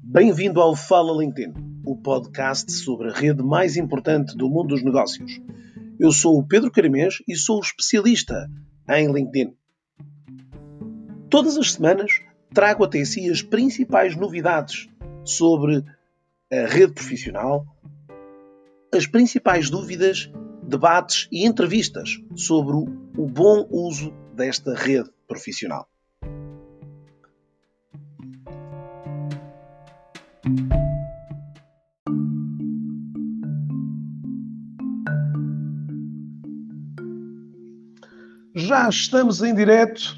Bem-vindo ao Fala LinkedIn, o podcast sobre a rede mais importante do mundo dos negócios. Eu sou o Pedro Caramês e sou especialista em LinkedIn. Todas as semanas trago até si as principais novidades sobre a rede profissional, as principais dúvidas, debates e entrevistas sobre o bom uso desta rede profissional. Já estamos em direto.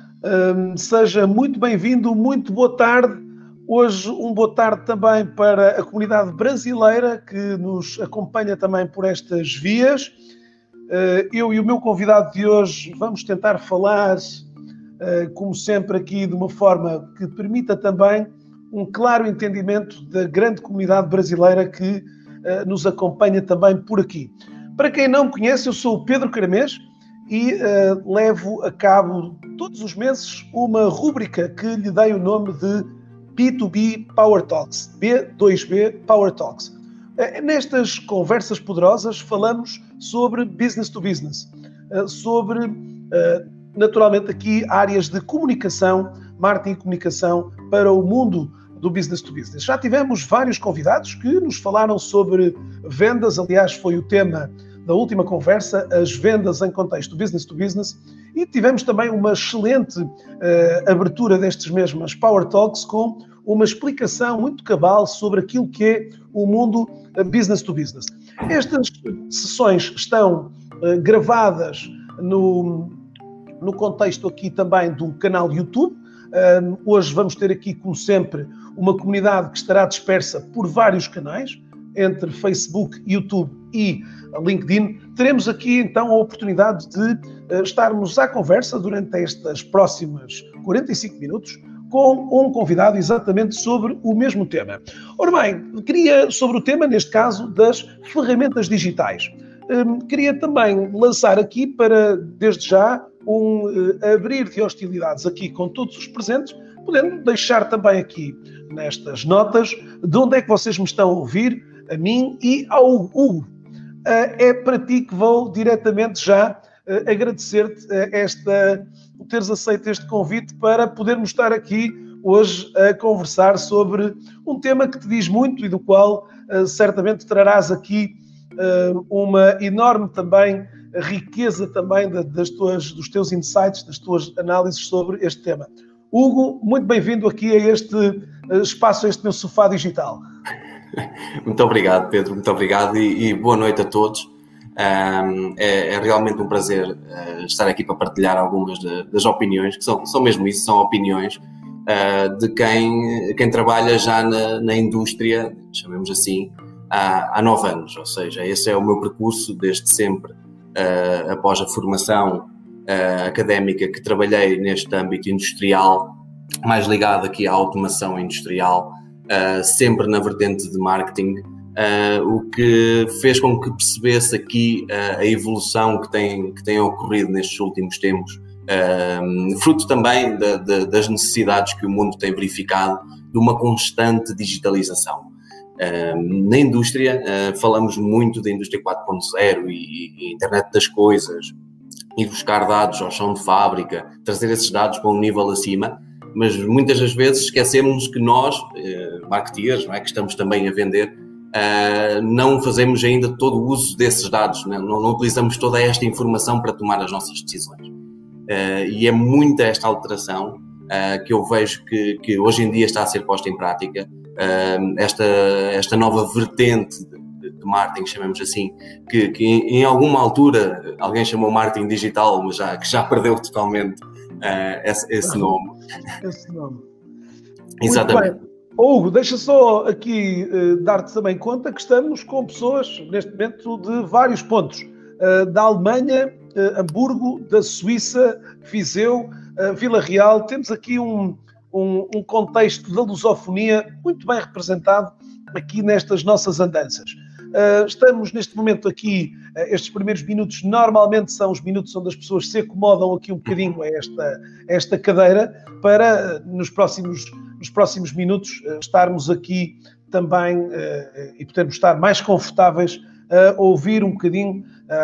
Seja muito bem-vindo, muito boa tarde. Hoje boa tarde também para a comunidade brasileira que nos acompanha também por estas vias. Eu e o meu convidado de hoje vamos tentar falar, como sempre aqui, de uma forma que permita também um claro entendimento da grande comunidade brasileira que nos acompanha também por aqui. Para quem não me conhece, eu sou o Pedro Caramês e levo a cabo todos os meses uma rúbrica que lhe dei o nome de B2B Power Talks, B2B Power Talks. Nestas conversas poderosas falamos sobre business to business, sobre, naturalmente aqui, áreas de comunicação, marketing e comunicação para o mundo do business to business. Já tivemos vários convidados que nos falaram sobre vendas, aliás, foi o tema da última conversa, as vendas em contexto business to business, e tivemos também uma excelente abertura destes mesmas Power Talks com uma explicação muito cabal sobre aquilo que é o mundo business to business. Estas sessões estão gravadas no contexto aqui também do canal YouTube. Hoje vamos ter aqui, como sempre, uma comunidade que estará dispersa por vários canais, entre Facebook, YouTube e LinkedIn. Teremos aqui então a oportunidade de estarmos à conversa durante estas próximas 45 minutos com um convidado exatamente sobre o mesmo tema. Ora bem, queria, sobre o tema, neste caso, das ferramentas digitais. Queria também lançar aqui para, desde já, abrir de hostilidades aqui com todos os presentes, podendo deixar também aqui nestas notas de onde é que vocês me estão a ouvir, a mim e ao Hugo. É para ti que vou diretamente já agradecer-te teres aceito este convite para podermos estar aqui hoje a conversar sobre um tema que te diz muito e do qual certamente trarás aqui uma enorme também riqueza também dos teus insights, das tuas análises sobre este tema. Hugo, muito bem-vindo aqui a este espaço, a este meu sofá digital. Muito obrigado, Pedro, muito obrigado e boa noite a todos. É realmente um prazer estar aqui para partilhar algumas das opiniões, que são mesmo isso, são opiniões de quem trabalha já na indústria, chamemos assim, há 9 anos. Ou seja, esse é o meu percurso desde sempre, após a formação académica que trabalhei neste âmbito industrial, mais ligado aqui à automação industrial, sempre na vertente de marketing, o que fez com que percebesse aqui a evolução que tem ocorrido nestes últimos tempos, fruto também das necessidades que o mundo tem verificado de uma constante digitalização. Na indústria, falamos muito da indústria 4.0 e internet das coisas, e buscar dados ao chão de fábrica, trazer esses dados para um nível acima, mas muitas das vezes esquecemos que nós, marketeers, não é, que estamos também a vender, não fazemos ainda todo o uso desses dados, não utilizamos toda esta informação para tomar as nossas decisões. E é muita esta alteração que eu vejo que hoje em dia está a ser posta em prática, esta nova vertente de marketing, chamemos assim, que em alguma altura alguém chamou marketing digital, mas que já perdeu totalmente esse nome. Esse nome. Exatamente. Muito bem. Hugo, deixa só aqui dar-te também conta que estamos com pessoas, neste momento, de vários pontos. Da Alemanha, Hamburgo, da Suíça, Viseu, Vila Real. Temos aqui um contexto da lusofonia muito bem representado aqui nestas nossas andanças. Estamos neste momento aqui, estes primeiros minutos normalmente são os minutos onde as pessoas se acomodam aqui um bocadinho a esta cadeira para nos próximos nos próximos minutos, estarmos aqui também e podermos estar mais confortáveis a ouvir um bocadinho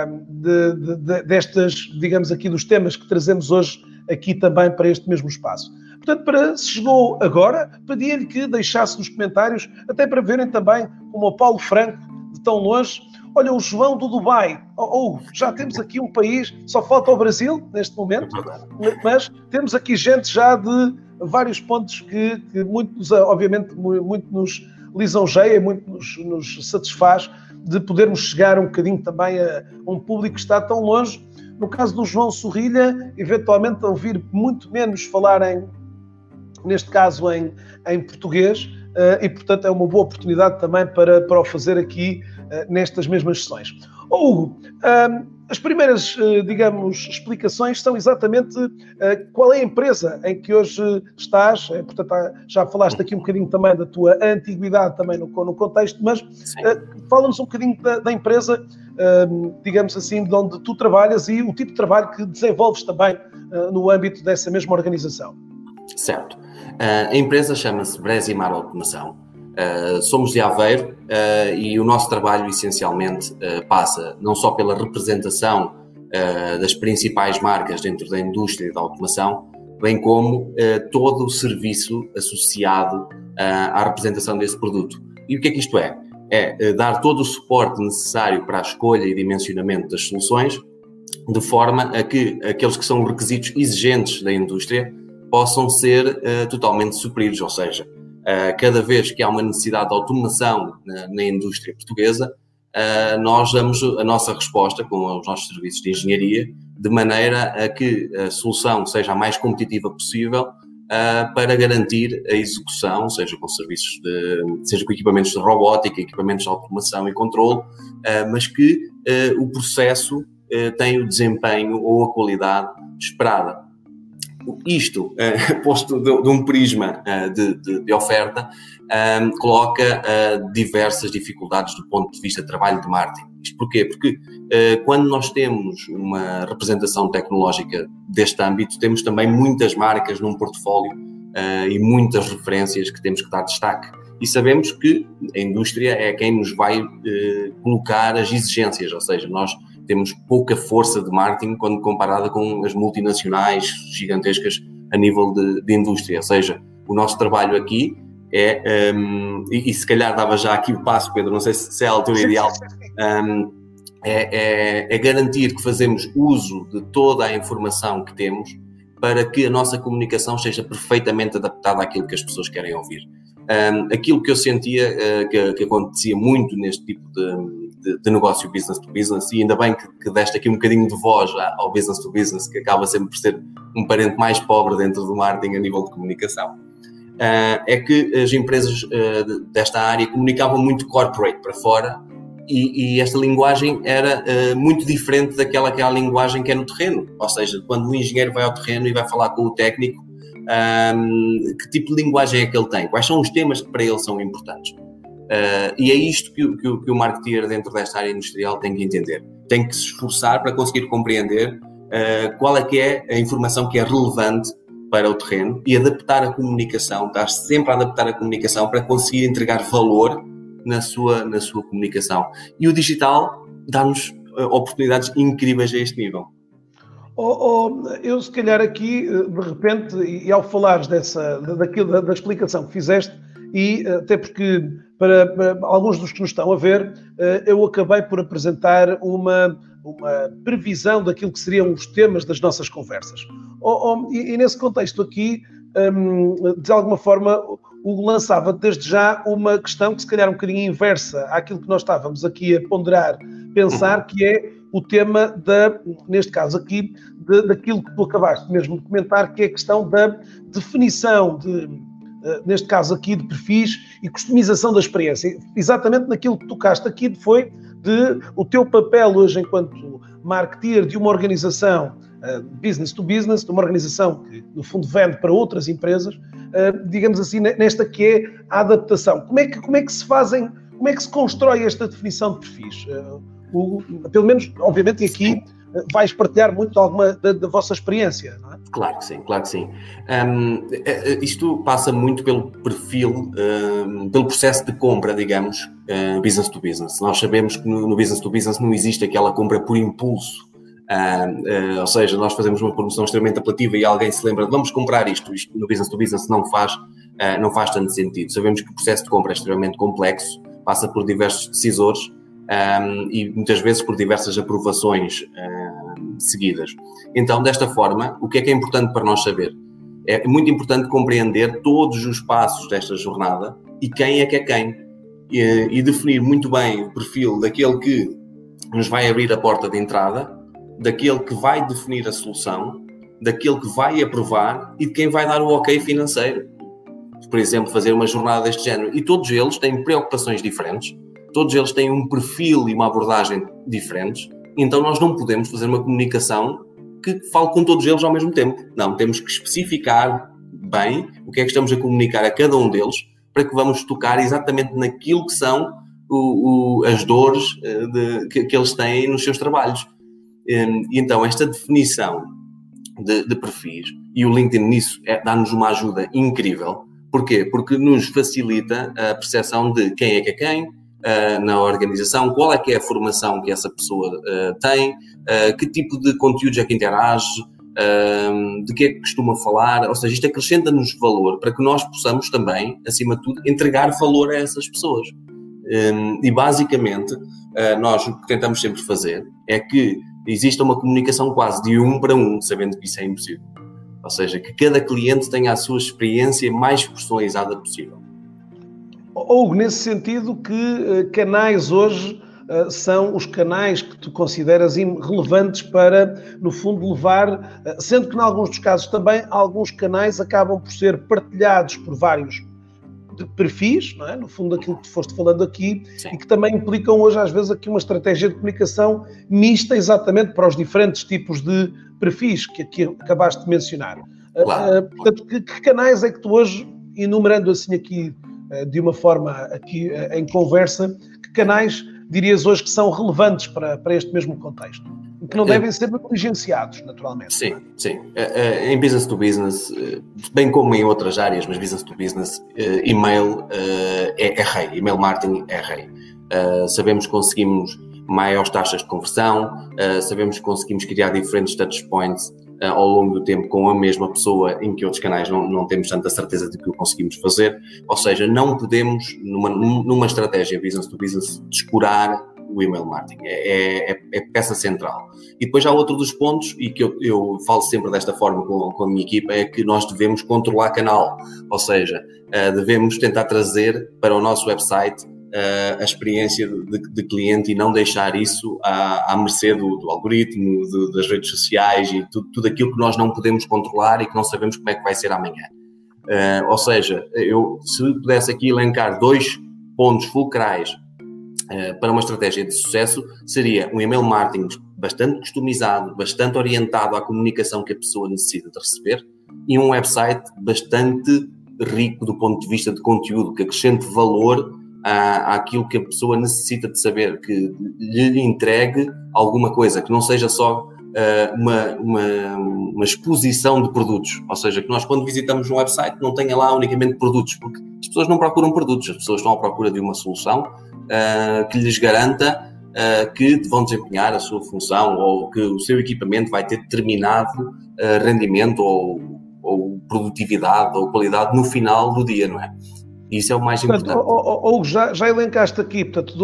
destas, digamos aqui, dos temas que trazemos hoje aqui também para este mesmo espaço. Portanto, se chegou agora, pedia-lhe que deixasse nos comentários, até para verem também como o Paulo Franco, de tão longe. Olha, o João do Dubai. Já temos aqui um país, só falta o Brasil neste momento, mas temos aqui gente já de vários pontos que muito, obviamente, muito nos lisonjeia, muito nos satisfaz de podermos chegar um bocadinho também a um público que está tão longe. No caso do João Sorrilha, eventualmente a ouvir muito menos falar neste caso em português, e portanto é uma boa oportunidade também para o fazer aqui nestas mesmas sessões. Hugo, as primeiras, digamos, explicações são exatamente qual é a empresa em que hoje estás, portanto já falaste aqui um bocadinho também da tua antiguidade também no contexto, mas fala-nos um bocadinho da empresa, digamos assim, de onde tu trabalhas e o tipo de trabalho que desenvolves também no âmbito dessa mesma organização. Certo. A empresa chama-se Bresimar Automação. Somos de Aveiro e o nosso trabalho essencialmente passa não só pela representação das principais marcas dentro da indústria da automação, bem como todo o serviço associado à representação desse produto. E o que é que isto é? É dar todo o suporte necessário para a escolha e dimensionamento das soluções, de forma a que aqueles que são requisitos exigentes da indústria possam ser totalmente supridos, ou seja, cada vez que há uma necessidade de automação na indústria portuguesa, nós damos a nossa resposta com os nossos serviços de engenharia, de maneira a que a solução seja a mais competitiva possível para garantir a execução, seja com serviços seja com equipamentos de robótica, equipamentos de automação e controle, mas que o processo tenha o desempenho ou a qualidade esperada. Isto, posto de um prisma de oferta, coloca diversas dificuldades do ponto de vista de trabalho de marketing. Isto porquê? Porque quando nós temos uma representação tecnológica deste âmbito, temos também muitas marcas num portfólio e muitas referências que temos que dar destaque. E sabemos que a indústria é quem nos vai colocar as exigências, ou seja, nós temos pouca força de marketing quando comparada com as multinacionais gigantescas a nível de indústria. Ou seja, o nosso trabalho aqui é, e se calhar dava já aqui o passo, Pedro, não sei se é a altura ideal, é garantir que fazemos uso de toda a informação que temos para que a nossa comunicação seja perfeitamente adaptada àquilo que as pessoas querem ouvir. Aquilo que eu sentia que acontecia muito neste tipo de negócio business to business, e ainda bem que deste aqui um bocadinho de voz ao business to business, que acaba sempre por ser um parente mais pobre dentro do marketing a nível de comunicação, é que as empresas desta área comunicavam muito corporate para fora e esta linguagem era muito diferente daquela que é a linguagem que é no terreno. Ou seja, quando o engenheiro vai ao terreno e vai falar com o técnico, que tipo de linguagem é que ele tem? Quais são os temas que para ele são importantes? E é isto que o marketeer dentro desta área industrial tem que entender. Tem que se esforçar para conseguir compreender qual é que é a informação que é relevante para o terreno e adaptar a comunicação, estar sempre a adaptar a comunicação para conseguir entregar valor na sua comunicação. E o digital dá-nos oportunidades incríveis a este nível. Eu se calhar aqui, de repente, e ao falares da explicação que fizeste, e até porque para alguns dos que nos estão a ver, eu acabei por apresentar uma previsão daquilo que seriam os temas das nossas conversas. E nesse contexto aqui, de alguma forma, o lançava desde já uma questão que se calhar é um bocadinho inversa àquilo que nós estávamos aqui a ponderar, pensar, que é o tema neste caso aqui, daquilo que tu acabaste mesmo de comentar, que é a questão da definição neste caso aqui, de perfis e customização da experiência. Exatamente naquilo que tocaste aqui foi o teu papel hoje enquanto marketeer de uma organização business to business, de uma organização que no fundo vende para outras empresas, digamos assim, nesta que é a adaptação. Como é que se constrói esta definição de perfis? Pelo menos, obviamente, aqui vais partilhar muito alguma da vossa experiência, não é? Claro que sim, claro que sim. Isto passa muito pelo perfil, pelo processo de compra, digamos, business to business. Nós sabemos que no business to business não existe aquela compra por impulso. Ou seja, nós fazemos uma promoção extremamente apelativa e alguém se lembra de vamos comprar isto no business to business não faz tanto sentido. Sabemos que o processo de compra é extremamente complexo, passa por diversos decisores e muitas vezes por diversas aprovações seguidas. Então, desta forma, o que é importante para nós saber? É muito importante compreender todos os passos desta jornada e quem é que é quem. E definir muito bem o perfil daquele que nos vai abrir a porta de entrada, daquele que vai definir a solução, daquele que vai aprovar e de quem vai dar o ok financeiro. Por exemplo, fazer uma jornada deste género. E todos eles têm preocupações diferentes, todos eles têm um perfil e uma abordagem diferentes, então nós não podemos fazer uma comunicação que fale com todos eles ao mesmo tempo. Não, temos que especificar bem o que é que estamos a comunicar a cada um deles para que vamos tocar exatamente naquilo que são as dores que eles têm nos seus trabalhos. E então, esta definição de perfis, e o LinkedIn nisso dá-nos uma ajuda incrível. Porquê? Porque nos facilita a percepção de quem é que é quem na organização, qual é que é a formação que essa pessoa tem, que tipo de conteúdos é que interage, de que é que costuma falar, ou seja, isto acrescenta-nos valor para que nós possamos também, acima de tudo, entregar valor a essas pessoas. E basicamente, nós o que tentamos sempre fazer é que exista uma comunicação quase de 1 para 1, sabendo que isso é impossível. Ou seja, que cada cliente tenha a sua experiência mais personalizada possível. Ou nesse sentido que canais hoje são os canais que tu consideras relevantes para, no fundo, levar, sendo que em alguns dos casos também, alguns canais acabam por ser partilhados por vários perfis, não é? No fundo aquilo que tu foste falando aqui, sim, e que também implicam hoje às vezes aqui uma estratégia de comunicação mista exatamente para os diferentes tipos de perfis que acabaste de mencionar. Claro. Portanto, que canais é que tu hoje, enumerando assim aqui de uma forma aqui em conversa, que canais dirias hoje que são relevantes para este mesmo contexto? Que não devem ser negligenciados, naturalmente. Sim, sim. Em business to business, bem como em outras áreas, mas business to business, e-mail é rei, e-mail marketing é rei. Sabemos que conseguimos maiores taxas de conversão, sabemos que conseguimos criar diferentes touchpoints ao longo do tempo com a mesma pessoa, em que outros canais não temos tanta certeza de que o conseguimos fazer. Ou seja, não podemos, numa estratégia business to business, descurar o email marketing. É peça central. E depois há outro dos pontos, e que eu falo sempre desta forma com a minha equipa, é que nós devemos controlar canal. Ou seja, devemos tentar trazer para o nosso website a experiência de cliente e não deixar isso à mercê do algoritmo, das redes sociais e tudo aquilo que nós não podemos controlar e que não sabemos como é que vai ser amanhã. Ou seja, se pudesse aqui elencar 2 pontos fulcrais para uma estratégia de sucesso, seria um email marketing bastante customizado, bastante orientado à comunicação que a pessoa necessita de receber e um website bastante rico do ponto de vista de conteúdo, que acrescente valor àquilo que a pessoa necessita de saber, que lhe entregue alguma coisa, que não seja só uma exposição de produtos. Ou seja, que nós quando visitamos um website não tenha lá unicamente produtos, porque as pessoas não procuram produtos, as pessoas estão à procura de uma solução que lhes garanta que vão desempenhar a sua função ou que o seu equipamento vai ter determinado rendimento ou produtividade ou qualidade no final do dia, não é? Isso é o mais importante. Ou já elencaste aqui, portanto,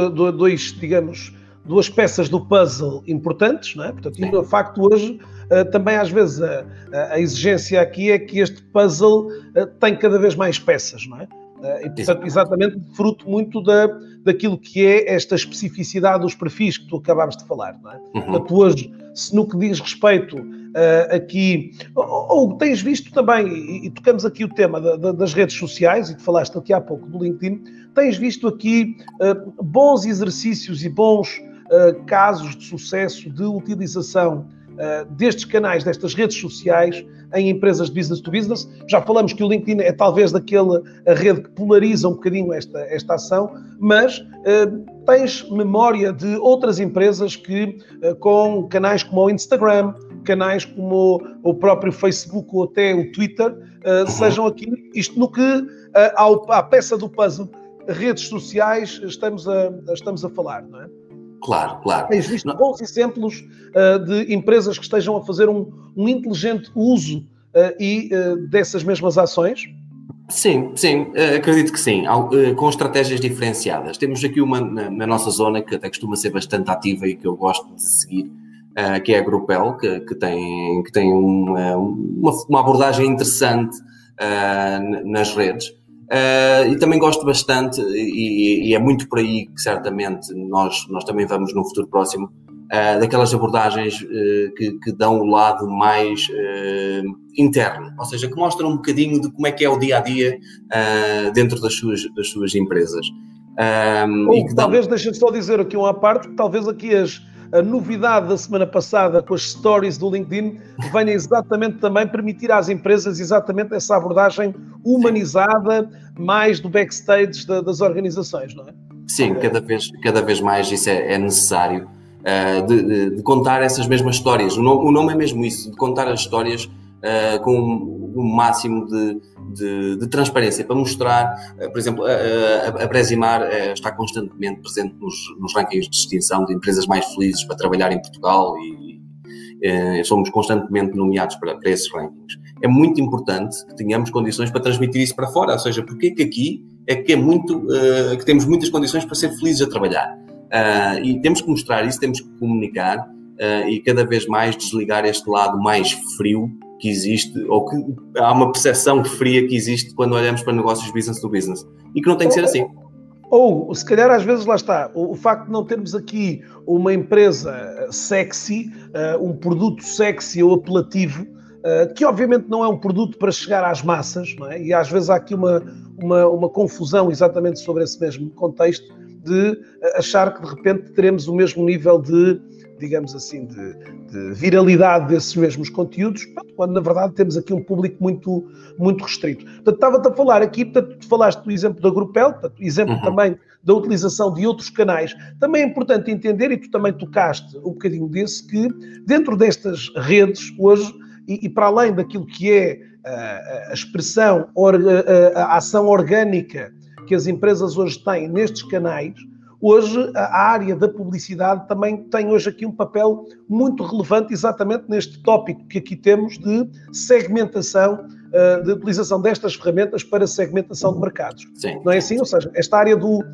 duas peças do puzzle importantes, não é? Portanto, e, de facto, hoje, também às vezes a exigência aqui é que este puzzle tem cada vez mais peças, não é? E, portanto, exatamente fruto muito daquilo que é esta especificidade dos perfis que tu acabámos de falar, não é? Uhum. Portanto, hoje, se no que diz respeito aqui, ou tens visto também, e tocamos aqui o tema das redes sociais, e tu falaste aqui há pouco do LinkedIn, tens visto aqui bons exercícios e bons casos de sucesso de utilização destes canais, destas redes sociais, em empresas de business to business. Já falamos que o LinkedIn é talvez a rede que polariza um bocadinho esta ação, mas tens memória de outras empresas que, com canais como o Instagram, canais como o próprio Facebook ou até o Twitter, sejam aqui, isto no que à peça do puzzle, redes sociais, estamos a falar, não é? Claro, claro. Tens visto bons exemplos de empresas que estejam a fazer um inteligente uso dessas mesmas ações? Sim, acredito que sim, com estratégias diferenciadas. Temos aqui uma na nossa zona que até costuma ser bastante ativa e que eu gosto de seguir, que é a Grupel, que tem uma abordagem interessante nas redes. E também gosto bastante, e é muito por aí que certamente nós também vamos no futuro próximo, daquelas abordagens que dão o lado mais interno, ou seja, que mostram um bocadinho de como é que é o dia-a-dia dentro das suas empresas. Talvez, deixa-me só dizer aqui uma parte, que talvez aqui a novidade da semana passada com as stories do LinkedIn venha exatamente também permitir às empresas exatamente essa abordagem humanizada, mais do backstage das organizações, não é? Sim, cada vez mais isso é necessário, de contar essas mesmas histórias. O nome é mesmo isso, de contar as histórias com o máximo de transparência, para mostrar, por exemplo, a Bresimar está constantemente presente nos rankings de distinção de empresas mais felizes para trabalhar em Portugal e somos constantemente nomeados para esses rankings. É muito importante que tenhamos condições para transmitir isso para fora, ou seja, porque que aqui é que que temos muitas condições para ser felizes a trabalhar. E temos que mostrar isso, temos que comunicar e cada vez mais desligar este lado mais frio que existe, ou que há uma percepção fria que existe quando olhamos para negócios business to business, e que não tem que ser assim. Ou, se calhar, às vezes, lá está, o facto de não termos aqui uma empresa sexy, um produto sexy ou apelativo, que obviamente não é um produto para chegar às massas, não é? E às vezes há aqui uma confusão exatamente sobre esse mesmo contexto, de achar que de repente teremos o mesmo nível de, digamos assim, de viralidade desses mesmos conteúdos, quando na verdade temos aqui um público muito, muito restrito. Portanto, estava-te a falar aqui, tu falaste do exemplo da Grupel, exemplo também da utilização de outros canais. Também é importante entender, e tu também tocaste um bocadinho desse, que dentro destas redes, hoje, e para além daquilo que é a expressão, a ação orgânica que as empresas hoje têm nestes canais, hoje a área da publicidade também tem hoje aqui um papel muito relevante exatamente neste tópico que aqui temos de segmentação, de utilização destas ferramentas para segmentação de mercados. Sim. Não é assim? Ou seja, esta área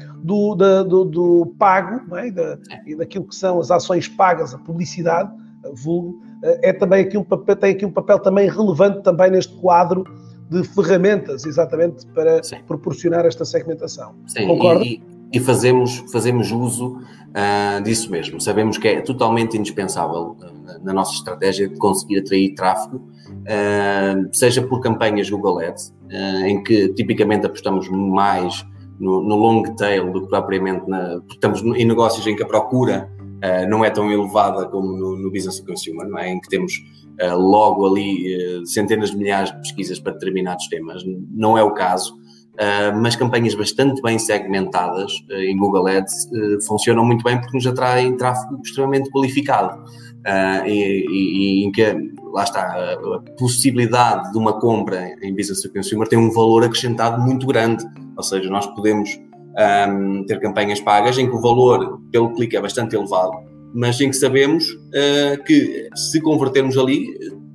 do pago, não é? E daquilo que são as ações pagas, a publicidade, vulgo, é também aqui tem aqui um papel também relevante também neste quadro de ferramentas, exatamente, para proporcionar esta segmentação. Sim, concorda? E fazemos uso disso mesmo. Sabemos que é totalmente indispensável na nossa estratégia de conseguir atrair tráfego, seja por campanhas Google Ads, em que tipicamente apostamos mais no long tail do que propriamente porque estamos em negócios em que a procura não é tão elevada como no business to consumer, não é? Em que temos logo ali centenas de milhares de pesquisas para determinados temas. Não é o caso. Mas campanhas bastante bem segmentadas em Google Ads funcionam muito bem porque nos atraem tráfego extremamente qualificado e em que, lá está, a possibilidade de uma compra em business to consumer tem um valor acrescentado muito grande, ou seja, nós podemos ter campanhas pagas em que o valor pelo clique é bastante elevado, mas em que sabemos que se convertermos ali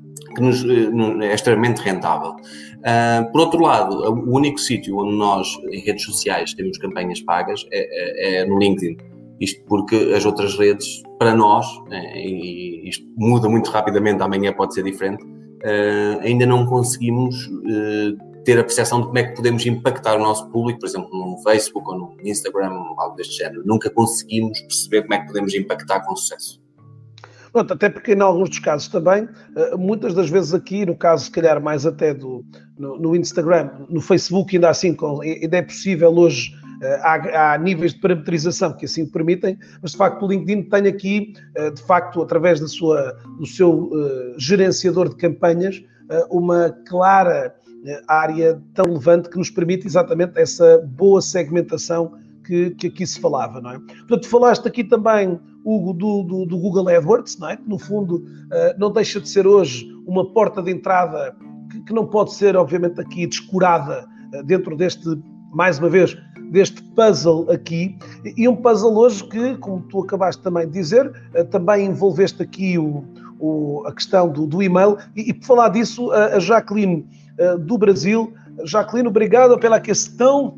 que é extremamente rentável. Por outro lado, o único sítio onde nós, em redes sociais, temos campanhas pagas é no LinkedIn. Isto porque as outras redes, para nós, e isto muda muito rapidamente, amanhã pode ser diferente, ainda não conseguimos ter a percepção de como é que podemos impactar o nosso público, por exemplo, no Facebook ou no Instagram, algo deste género. Nunca conseguimos perceber como é que podemos impactar com sucesso. Pronto, até porque em alguns dos casos também, muitas das vezes aqui, no caso se calhar mais até no Instagram, no Facebook ainda assim, ainda é possível hoje há níveis de parametrização que assim permitem, mas de facto o LinkedIn tem aqui, de facto, através do seu gerenciador de campanhas, uma clara área tão relevante que nos permite exatamente essa boa segmentação que aqui se falava, não é? Portanto, falaste aqui também, Hugo, do Google AdWords, não é? Que no fundo não deixa de ser hoje uma porta de entrada que não pode ser, obviamente, aqui descurada dentro deste, mais uma vez, deste puzzle aqui, e um puzzle hoje que, como tu acabaste também de dizer, também envolveste aqui a questão do e-mail, e por falar disso, a Jacqueline do Brasil. Jacqueline, obrigado pela questão.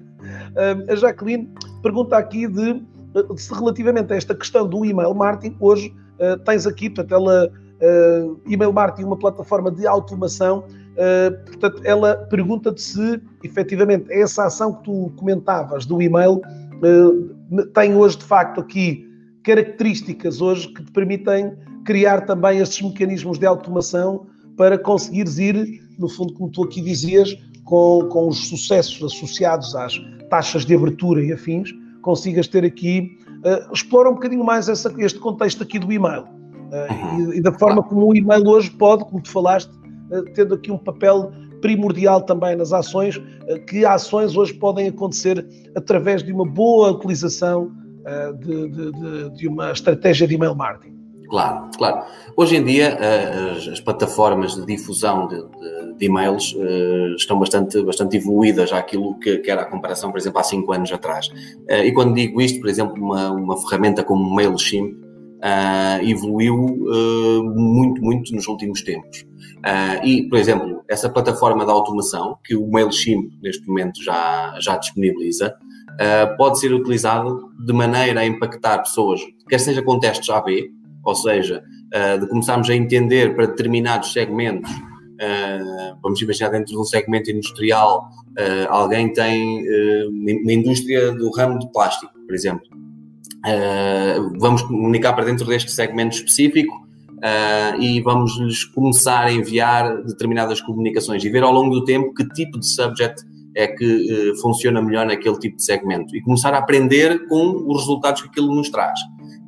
A Jacqueline pergunta aqui se relativamente a esta questão do email marketing, hoje tens aqui, portanto, ela, email marketing, uma plataforma de automação, portanto, ela pergunta-te se, efetivamente, essa ação que tu comentavas do e-mail tem hoje, de facto, aqui características hoje que te permitem criar também estes mecanismos de automação para conseguires ir, no fundo, como tu aqui dizias, com os sucessos associados às taxas de abertura e afins, consigas ter aqui, explora um bocadinho mais este contexto aqui do e-mail e da forma como o e-mail hoje pode, como tu falaste, tendo aqui um papel primordial também nas ações, que ações hoje podem acontecer através de uma boa utilização de uma estratégia de email marketing. Claro, claro. Hoje em dia as plataformas de difusão de e-mails estão bastante evoluídas àquilo que era a comparação, por exemplo, há 5 anos atrás. E quando digo isto, por exemplo, uma ferramenta como o MailChimp evoluiu muito nos últimos tempos. E, por exemplo, essa plataforma de automação que o MailChimp neste momento já disponibiliza, pode ser utilizada de maneira a impactar pessoas, quer seja com testes AB, ou seja, de começarmos a entender para determinados segmentos, vamos imaginar dentro de um segmento industrial, alguém tem na indústria do ramo de plástico, por exemplo. Vamos comunicar para dentro deste segmento específico e vamos-lhes começar a enviar determinadas comunicações e ver ao longo do tempo que tipo de subject é que funciona melhor naquele tipo de segmento e começar a aprender com os resultados que aquilo nos traz.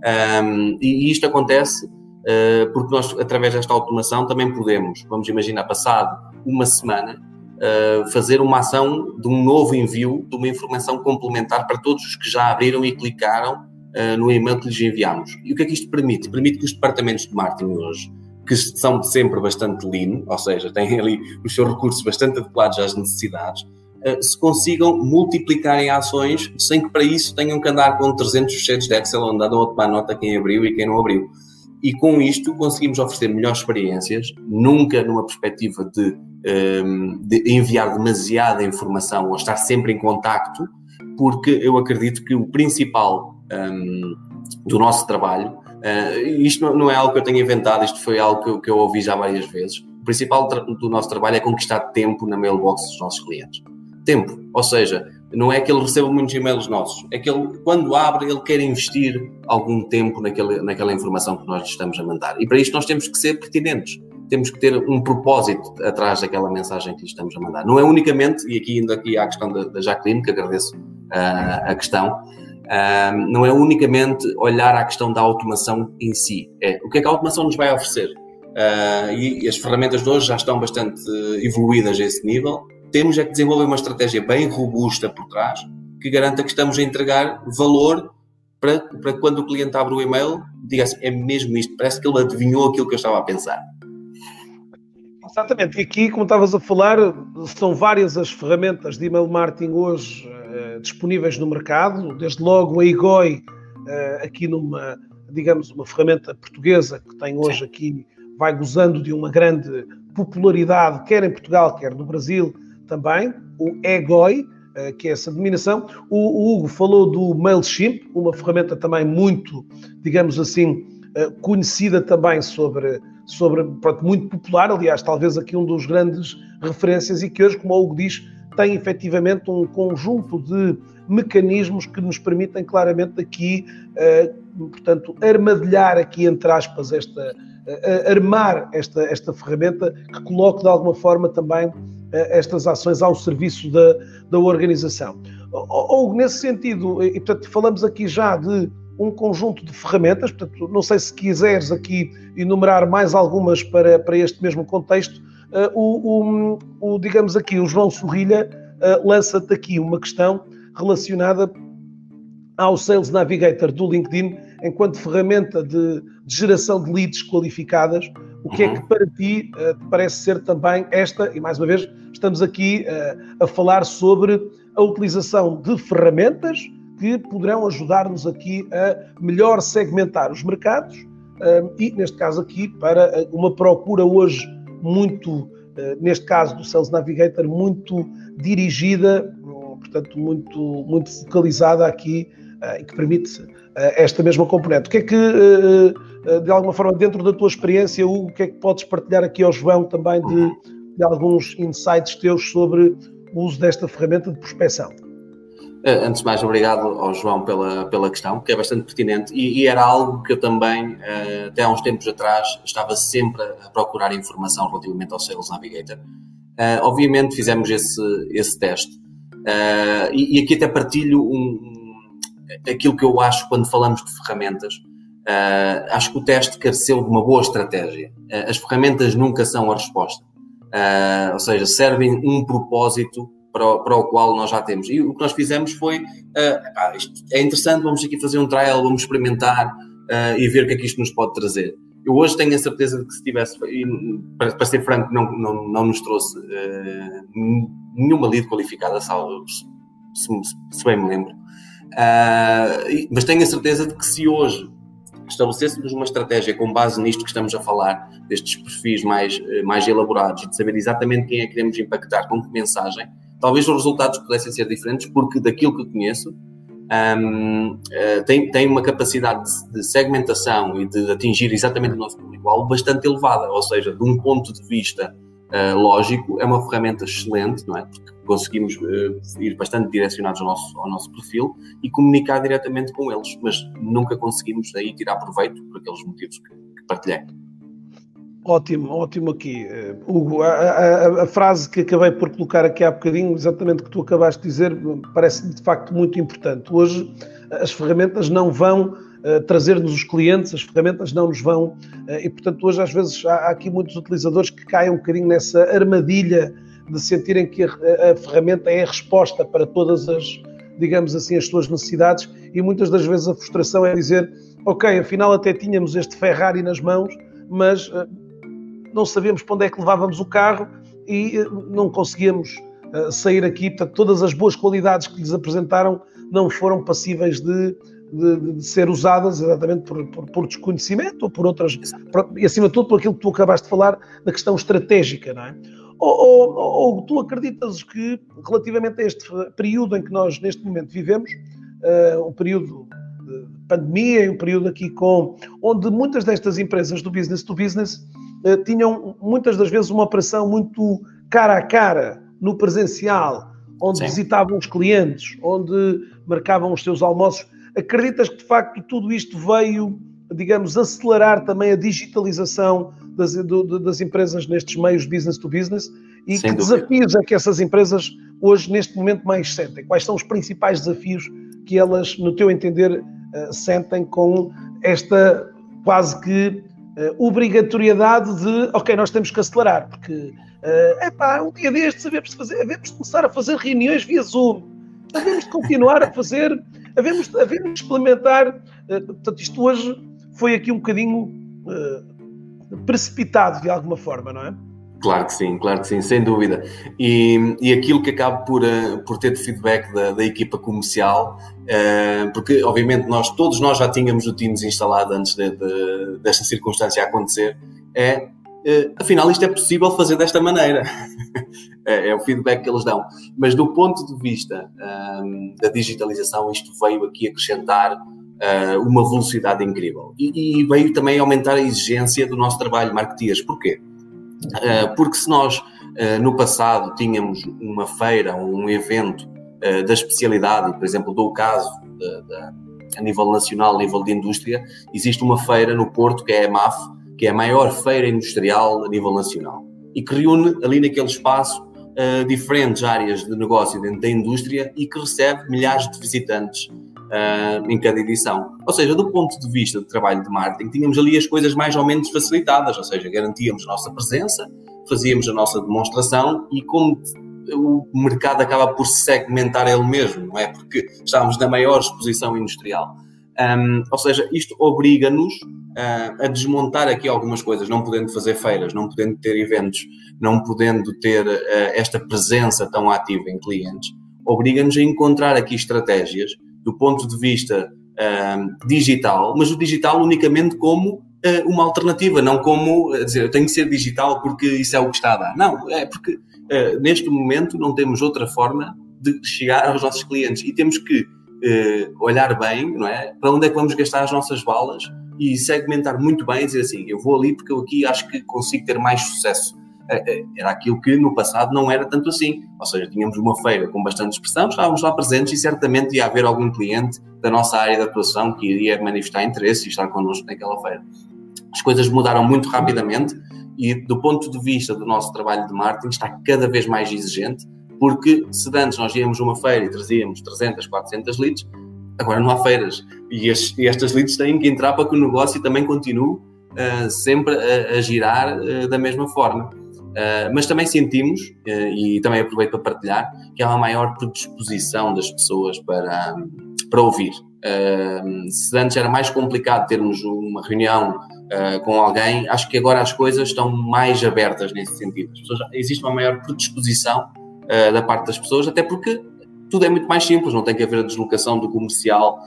E isto acontece porque nós, através desta automação, também podemos, vamos imaginar, passado uma semana, fazer uma ação de um novo envio de uma informação complementar para todos os que já abriram e clicaram no e-mail que lhes enviamos. E o que é que isto permite? Permite que os departamentos de marketing hoje, que são sempre bastante lean, ou seja, têm ali os seus recursos bastante adequados às necessidades, se consigam multiplicar em ações sem que para isso tenham que andar com 300 fecheiros de Excel onde andam a tomar nota quem abriu e quem não abriu. E com isto conseguimos oferecer melhores experiências, nunca numa perspectiva de enviar demasiada informação ou estar sempre em contacto, porque eu acredito que o principal do nosso trabalho, isto não é algo que eu tenha inventado, isto foi algo que eu ouvi já várias vezes, o principal do nosso trabalho é conquistar tempo na mailbox dos nossos clientes. Tempo, ou seja, não é que ele receba muitos e-mails nossos, é que ele, quando abre, ele quer investir algum tempo naquela informação que nós lhe estamos a mandar. E para isto nós temos que ser pertinentes, temos que ter um propósito atrás daquela mensagem que lhe estamos a mandar. Não é unicamente, e aqui indo aqui à questão da Jacqueline, que agradeço a questão, não é unicamente olhar à questão da automação em si, é o que é que a automação nos vai oferecer. E as ferramentas de hoje já estão bastante evoluídas a esse nível. Temos é que desenvolver uma estratégia bem robusta por trás, que garanta que estamos a entregar valor para quando o cliente abre o e-mail, diga assim, é mesmo isto, parece que ele adivinhou aquilo que eu estava a pensar. Exatamente, e aqui, como estavas a falar, são várias as ferramentas de email marketing hoje disponíveis no mercado, desde logo a Egoi, aqui numa, digamos, uma ferramenta portuguesa que tem hoje aqui, vai gozando de uma grande popularidade, quer em Portugal, quer no Brasil também, o Egoi, que é essa denominação. O Hugo falou do MailChimp, uma ferramenta também muito, digamos assim, conhecida também muito popular, aliás, talvez aqui um dos grandes referências e que hoje, como o Hugo diz, tem efetivamente um conjunto de mecanismos que nos permitem claramente aqui, portanto, armadilhar aqui, entre aspas, armar esta ferramenta que coloque de alguma forma também estas ações ao serviço da organização. Ou nesse sentido, e portanto falamos aqui já de um conjunto de ferramentas, portanto não sei se quiseres aqui enumerar mais algumas para este mesmo contexto, digamos aqui, o João Sorrilha lança-te aqui uma questão relacionada ao Sales Navigator do LinkedIn enquanto ferramenta de geração de leads qualificadas. O que é que para ti te parece ser também esta, e mais uma vez estamos aqui a falar sobre a utilização de ferramentas que poderão ajudar-nos aqui a melhor segmentar os mercados e, neste caso aqui, para uma procura hoje muito, neste caso do Sales Navigator, muito dirigida, portanto, muito focalizada aqui e que permite esta mesma componente. O que é que, de alguma forma, dentro da tua experiência, Hugo, o que é que podes partilhar aqui ao João também de alguns insights teus sobre o uso desta ferramenta de prospecção? Antes de mais, obrigado ao João pela questão, que é bastante pertinente e era algo que eu também, até há uns tempos atrás, estava sempre a procurar informação relativamente ao Sales Navigator. Obviamente fizemos esse teste e aqui até partilho aquilo que eu acho quando falamos de ferramentas. Acho que o teste careceu de uma boa estratégia. As ferramentas nunca são a resposta, ou seja, servem um propósito para o qual nós já temos. E o que nós fizemos foi, isto é interessante, vamos aqui fazer um trial, vamos experimentar e ver o que é que isto nos pode trazer. Eu hoje tenho a certeza de que se tivesse, para ser franco, não nos trouxe nenhuma lead qualificada, se bem me lembro. Mas tenho a certeza de que se hoje estabelecêssemos uma estratégia com base nisto que estamos a falar, destes perfis mais elaborados e de saber exatamente quem é que queremos impactar, com que mensagem, talvez os resultados pudessem ser diferentes, porque daquilo que conheço, tem uma capacidade de segmentação e de atingir exatamente o nosso público-alvo bastante elevada, ou seja, de um ponto de vista lógico, é uma ferramenta excelente, não é? Porque conseguimos ir bastante direcionados ao nosso perfil e comunicar diretamente com eles, mas nunca conseguimos daí tirar proveito por aqueles motivos que partilhei. Ótimo aqui. Hugo, a frase que acabei por colocar aqui há bocadinho, exatamente o que tu acabaste de dizer, parece de facto muito importante. Hoje as ferramentas não vão trazer-nos os clientes, as ferramentas não nos vão, e portanto hoje às vezes há aqui muitos utilizadores que caem um bocadinho nessa armadilha de sentirem que a ferramenta é a resposta para todas as, digamos assim, as suas necessidades, e muitas das vezes a frustração é dizer, ok, afinal até tínhamos este Ferrari nas mãos, mas não sabíamos para onde é que levávamos o carro e não conseguíamos sair aqui. Portanto, todas as boas qualidades que lhes apresentaram não foram passíveis de ser usadas exatamente por desconhecimento ou por outras, e acima de tudo por aquilo que tu acabaste de falar da questão estratégica, não é? Ou tu acreditas que relativamente a este período em que nós neste momento vivemos, um período de pandemia, um período aqui onde muitas destas empresas do business to business tinham muitas das vezes uma operação muito cara a cara, no presencial, onde visitavam os clientes, onde marcavam os seus almoços. Acreditas que de facto tudo isto veio, digamos, acelerar também a digitalização das empresas nestes meios business to business? E sem que desafios é que essas empresas hoje, neste momento, mais sentem? Quais são os principais desafios que elas, no teu entender, sentem com esta quase que obrigatoriedade de, ok, nós temos que acelerar, porque um dia destes havemos de começar a fazer reuniões via Zoom, havemos de continuar a fazer, havemos de implementar, portanto isto hoje foi aqui um bocadinho precipitado de alguma forma, não é? Claro que sim, sem dúvida. E aquilo que acabo por ter de feedback da equipa comercial, porque obviamente todos nós já tínhamos o Teams instalado antes desta circunstância acontecer, afinal isto é possível fazer desta maneira. É o feedback que eles dão. Mas do ponto de vista da digitalização, isto veio aqui acrescentar uma velocidade incrível. E veio também aumentar a exigência do nosso trabalho, marketeers. Porquê? Porque se nós no passado tínhamos uma feira, um evento da especialidade, por exemplo, dou o caso a nível nacional, a nível de indústria, existe uma feira no Porto, que é a MAF, que é a maior feira industrial a nível nacional, e que reúne ali naquele espaço diferentes áreas de negócio dentro da indústria e que recebe milhares de visitantes em cada edição. Ou seja, do ponto de vista do trabalho de marketing, tínhamos ali as coisas mais ou menos facilitadas, ou seja, garantíamos a nossa presença, fazíamos a nossa demonstração e como o mercado acaba por se segmentar ele mesmo, não é? Porque estávamos na maior exposição industrial. Ou seja, isto obriga-nos a desmontar aqui algumas coisas, não podendo fazer feiras, não podendo ter eventos, não podendo ter esta presença tão ativa em clientes, obriga-nos a encontrar aqui estratégias do ponto de vista digital, mas o digital unicamente como uma alternativa, não como dizer, eu tenho que ser digital porque isso é o que está a dar. Não, é porque neste momento não temos outra forma de chegar aos nossos clientes e temos que olhar bem, não é? Para onde é que vamos gastar as nossas balas e segmentar muito bem e dizer assim, eu vou ali porque eu aqui acho que consigo ter mais sucesso. Era aquilo que no passado não era tanto assim, ou seja, tínhamos uma feira com bastante expressão, estávamos lá presentes e certamente ia haver algum cliente da nossa área de atuação que iria manifestar interesse e estar connosco naquela feira. As coisas mudaram muito rapidamente e do ponto de vista do nosso trabalho de marketing está cada vez mais exigente, porque se antes nós íamos a uma feira e trazíamos 300, 400 leads, agora não há feiras e estas leads têm que entrar para que o negócio também continue sempre a girar da mesma forma. Mas também sentimos, e também aproveito para partilhar, que há uma maior predisposição das pessoas para ouvir. Se antes era mais complicado termos uma reunião com alguém, acho que agora as coisas estão mais abertas nesse sentido. Existe uma maior predisposição da parte das pessoas, até porque tudo é muito mais simples, não tem que haver a deslocação do comercial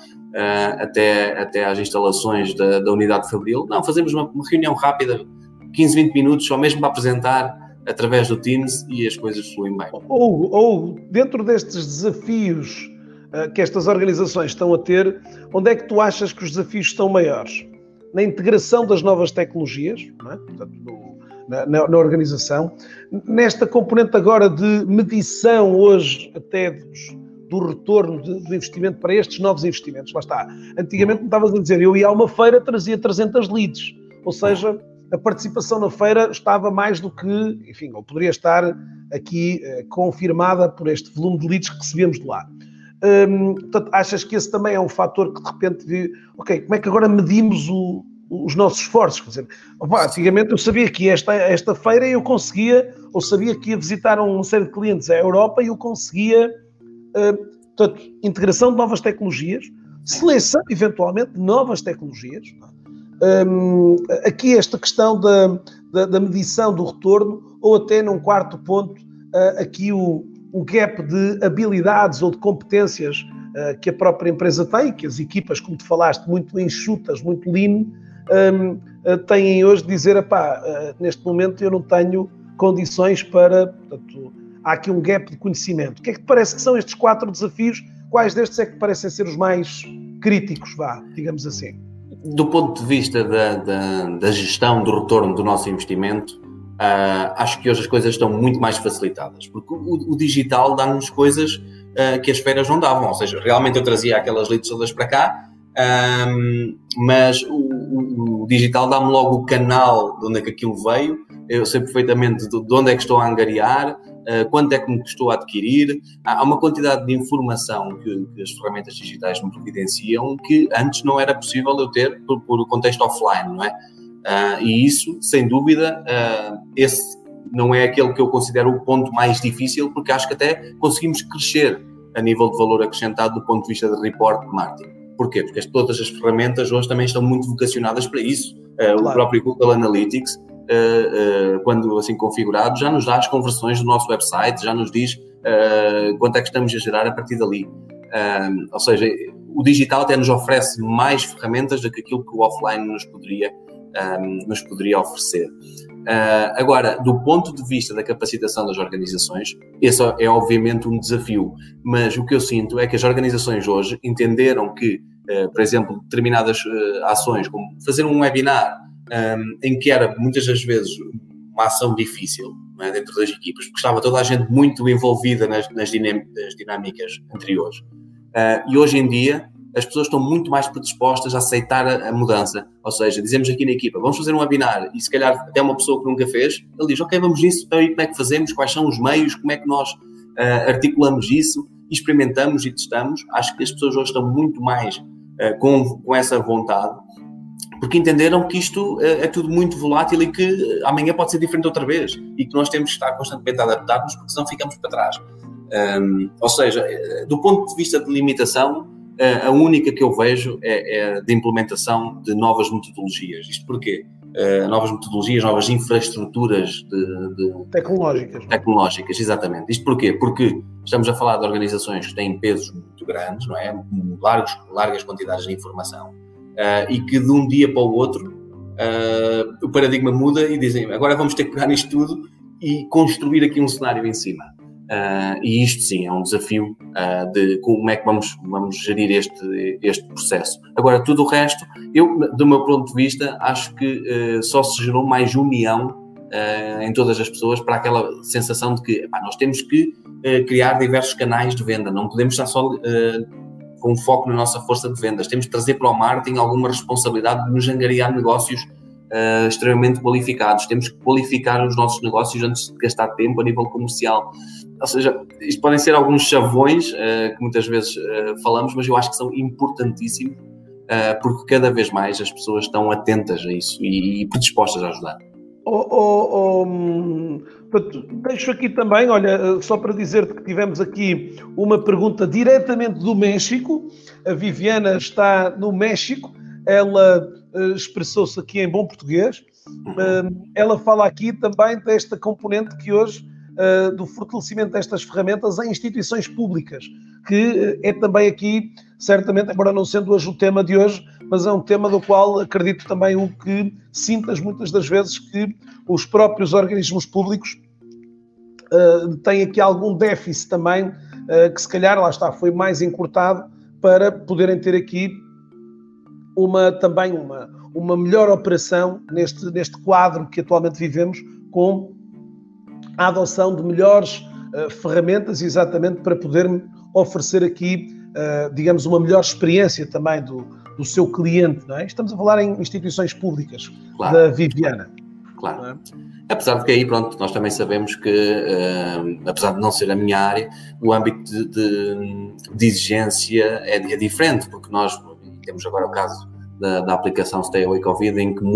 até às instalações da unidade fabril. Não, fazemos uma reunião rápida, 15, 20 minutos, só mesmo para apresentar através do Teams e as coisas fluem bem. Ou dentro destes desafios que estas organizações estão a ter, onde é que tu achas que os desafios estão maiores? Na integração das novas tecnologias, não é? Portanto, na organização, nesta componente agora de medição hoje até do retorno do investimento para estes novos investimentos. Lá está. Antigamente me estavas a dizer, eu ia a uma feira, trazia 300 leads, ou seja, a participação na feira estava mais do que, enfim, ou poderia estar aqui confirmada por este volume de leads que recebemos de lá. Portanto, achas que esse também é um fator que de repente, ok, como é que agora medimos os nossos esforços? Quer dizer, antigamente eu sabia que esta feira eu conseguia, ou sabia que ia visitar uma série de clientes à Europa e eu conseguia, portanto, integração de novas tecnologias, seleção, eventualmente, de novas tecnologias. Aqui esta questão da medição do retorno, ou até num quarto ponto, aqui o gap de habilidades ou de competências que a própria empresa tem, que as equipas, como tu falaste, muito enxutas, muito lean, têm hoje de dizer, neste momento eu não tenho condições para... Portanto, há aqui um gap de conhecimento. O que é que te parece que são estes 4 desafios? Quais destes é que parecem ser os mais críticos, digamos assim? Do ponto de vista da gestão do retorno do nosso investimento, acho que hoje as coisas estão muito mais facilitadas, porque o digital dá-nos coisas que as feiras não davam, ou seja, realmente eu trazia aquelas leads todas para cá, mas o digital dá-me logo o canal de onde é que aquilo veio, eu sei perfeitamente de onde é que estou a angariar, quanto é que me custou a adquirir. Há uma quantidade de informação que as ferramentas digitais me providenciam que antes não era possível eu ter por o contexto offline, não é? E isso, sem dúvida, esse não é aquele que eu considero o ponto mais difícil, porque acho que até conseguimos crescer a nível de valor acrescentado do ponto de vista de report de marketing. Porquê? Porque todas as ferramentas hoje também estão muito vocacionadas para isso. Claro. O próprio Google Analytics, quando assim configurado, já nos dá as conversões do nosso website, já nos diz quanto é que estamos a gerar a partir dali. Ou seja, o digital até nos oferece mais ferramentas do que aquilo que o offline nos poderia oferecer. Agora, do ponto de vista da capacitação das organizações, esse é obviamente um desafio, mas o que eu sinto é que as organizações hoje entenderam que, por exemplo, determinadas ações, como fazer um webinar, em que era muitas das vezes uma ação difícil, não é, dentro das equipas, porque estava toda a gente muito envolvida nas dinâmicas anteriores. E hoje em dia as pessoas estão muito mais predispostas a aceitar a mudança. Ou seja, dizemos aqui na equipa, vamos fazer um webinar, e se calhar até uma pessoa que nunca fez, ele diz, ok, vamos nisso, então, e como é que fazemos, quais são os meios, como é que nós articulamos isso, experimentamos e testamos. Acho que as pessoas hoje estão muito mais com essa vontade, porque entenderam que isto é tudo muito volátil e que amanhã pode ser diferente outra vez, e que nós temos que estar constantemente a adaptar-nos, porque senão ficamos para trás. Ou seja, do ponto de vista de limitação, a única que eu vejo é de implementação de novas metodologias. Isto porquê? Novas metodologias, novas infraestruturas tecnológicas, exatamente. Isto porquê? Porque estamos a falar de organizações que têm pesos muito grandes, não é? Largas quantidades de informação, e que de um dia para o outro o paradigma muda e dizem, agora vamos ter que pegar nisto tudo e construir aqui um cenário em cima. E isto sim é um desafio de como é que vamos gerir este processo. Agora, tudo o resto, eu, do meu ponto de vista, acho que só se gerou mais união em todas as pessoas para aquela sensação de que nós temos que criar diversos canais de venda, não podemos estar só com foco na nossa força de vendas, temos de trazer para o marketing alguma responsabilidade de nos angariar negócios extremamente qualificados, temos que qualificar os nossos negócios antes de gastar tempo a nível comercial. Ou seja, isto podem ser alguns chavões que muitas vezes falamos, mas eu acho que são importantíssimos, porque cada vez mais as pessoas estão atentas a isso e predispostas a ajudar. Deixo aqui também, olha, só para dizer-te que tivemos aqui uma pergunta diretamente do México. A Viviana está no México, ela expressou-se aqui em bom português. Ela fala aqui também desta componente que hoje, do fortalecimento destas ferramentas em instituições públicas, que é também aqui, certamente, embora não sendo hoje o tema de hoje, mas é um tema do qual acredito também o que sintas muitas das vezes que os próprios organismos públicos têm aqui algum déficit também, que se calhar, lá está, foi mais encurtado para poderem ter aqui uma melhor operação neste quadro que atualmente vivemos, com a adoção de melhores ferramentas, exatamente para poder oferecer aqui, digamos, uma melhor experiência também do seu cliente, não é? Estamos a falar em instituições públicas, claro, da Viviana. Claro. É? Apesar de que aí, pronto, nós também sabemos que, apesar de não ser a minha área, o âmbito de exigência é diferente, porque nós temos agora o caso da aplicação Stay Away Covid, em que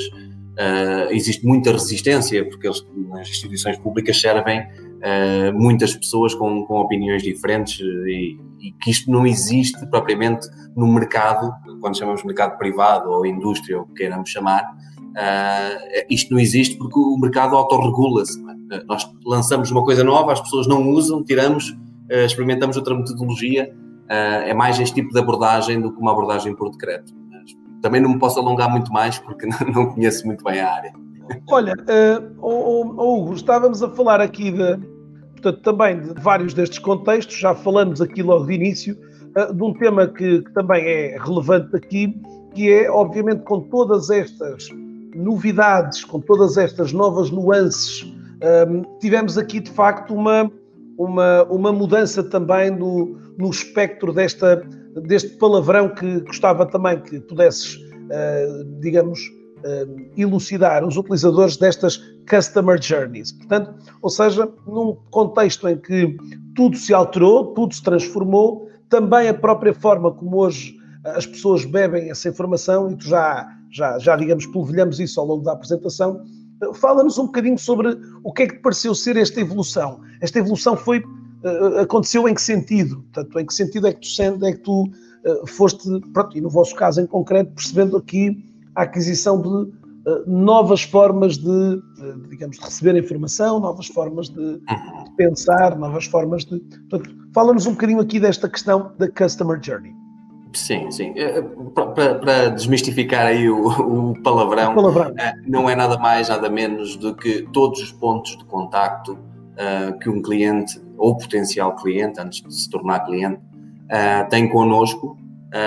existe muita resistência, porque as instituições públicas servem muitas pessoas com opiniões diferentes, e que isto não existe propriamente no mercado, quando chamamos de mercado privado ou indústria, ou o que queiramos chamar. Isto não existe porque o mercado autorregula-se. Nós lançamos uma coisa nova, as pessoas não usam, tiramos, experimentamos outra metodologia. É mais este tipo de abordagem do que uma abordagem por decreto. Também não me posso alongar muito mais porque não conheço muito bem a área. Olha, Hugo, estávamos a falar aqui portanto, também de vários destes contextos, já falamos aqui logo de início, de um tema que também é relevante aqui, que é, obviamente, com todas estas novidades, com todas estas novas nuances, tivemos aqui, de facto, uma mudança também no espectro deste palavrão, que gostava também que pudesses, digamos, elucidar os utilizadores destas Customer Journeys. Portanto, ou seja, num contexto em que tudo se alterou, tudo se transformou, também a própria forma como hoje as pessoas bebem essa informação, e tu já digamos, polvilhamos isso ao longo da apresentação. Fala-nos um bocadinho sobre o que é que te pareceu ser esta evolução. Esta evolução aconteceu em que sentido? Portanto, em que sentido é que tu foste, pronto, e no vosso caso em concreto, percebendo aqui a aquisição de novas formas de receber informação, novas formas de pensar, novas formas de... Portanto, fala-nos um bocadinho aqui desta questão da Customer Journey. Sim. Para desmistificar aí o palavrão, não é nada mais, nada menos do que todos os pontos de contacto que um cliente ou potencial cliente, antes de se tornar cliente, tem connosco,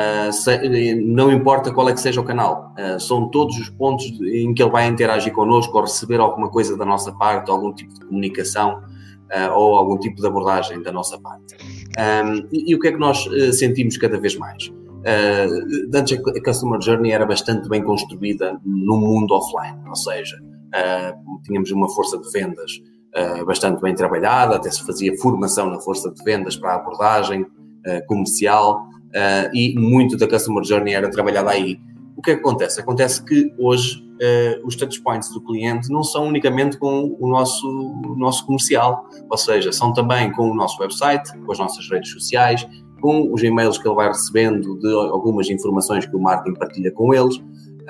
não importa qual é que seja o canal, são todos os pontos em que ele vai interagir connosco ou receber alguma coisa da nossa parte, algum tipo de comunicação ou algum tipo de abordagem da nossa parte. E o que é que nós sentimos cada vez mais? Antes a Customer Journey era bastante bem construída no mundo offline, ou seja, tínhamos uma força de vendas bastante bem trabalhada, até se fazia formação na força de vendas para a abordagem comercial, e muito da Customer Journey era trabalhada aí. O que é que acontece? Acontece que hoje os touchpoints do cliente não são unicamente com o nosso comercial, ou seja, são também com o nosso website, com as nossas redes sociais, com os e-mails que ele vai recebendo de algumas informações que o marketing partilha com eles,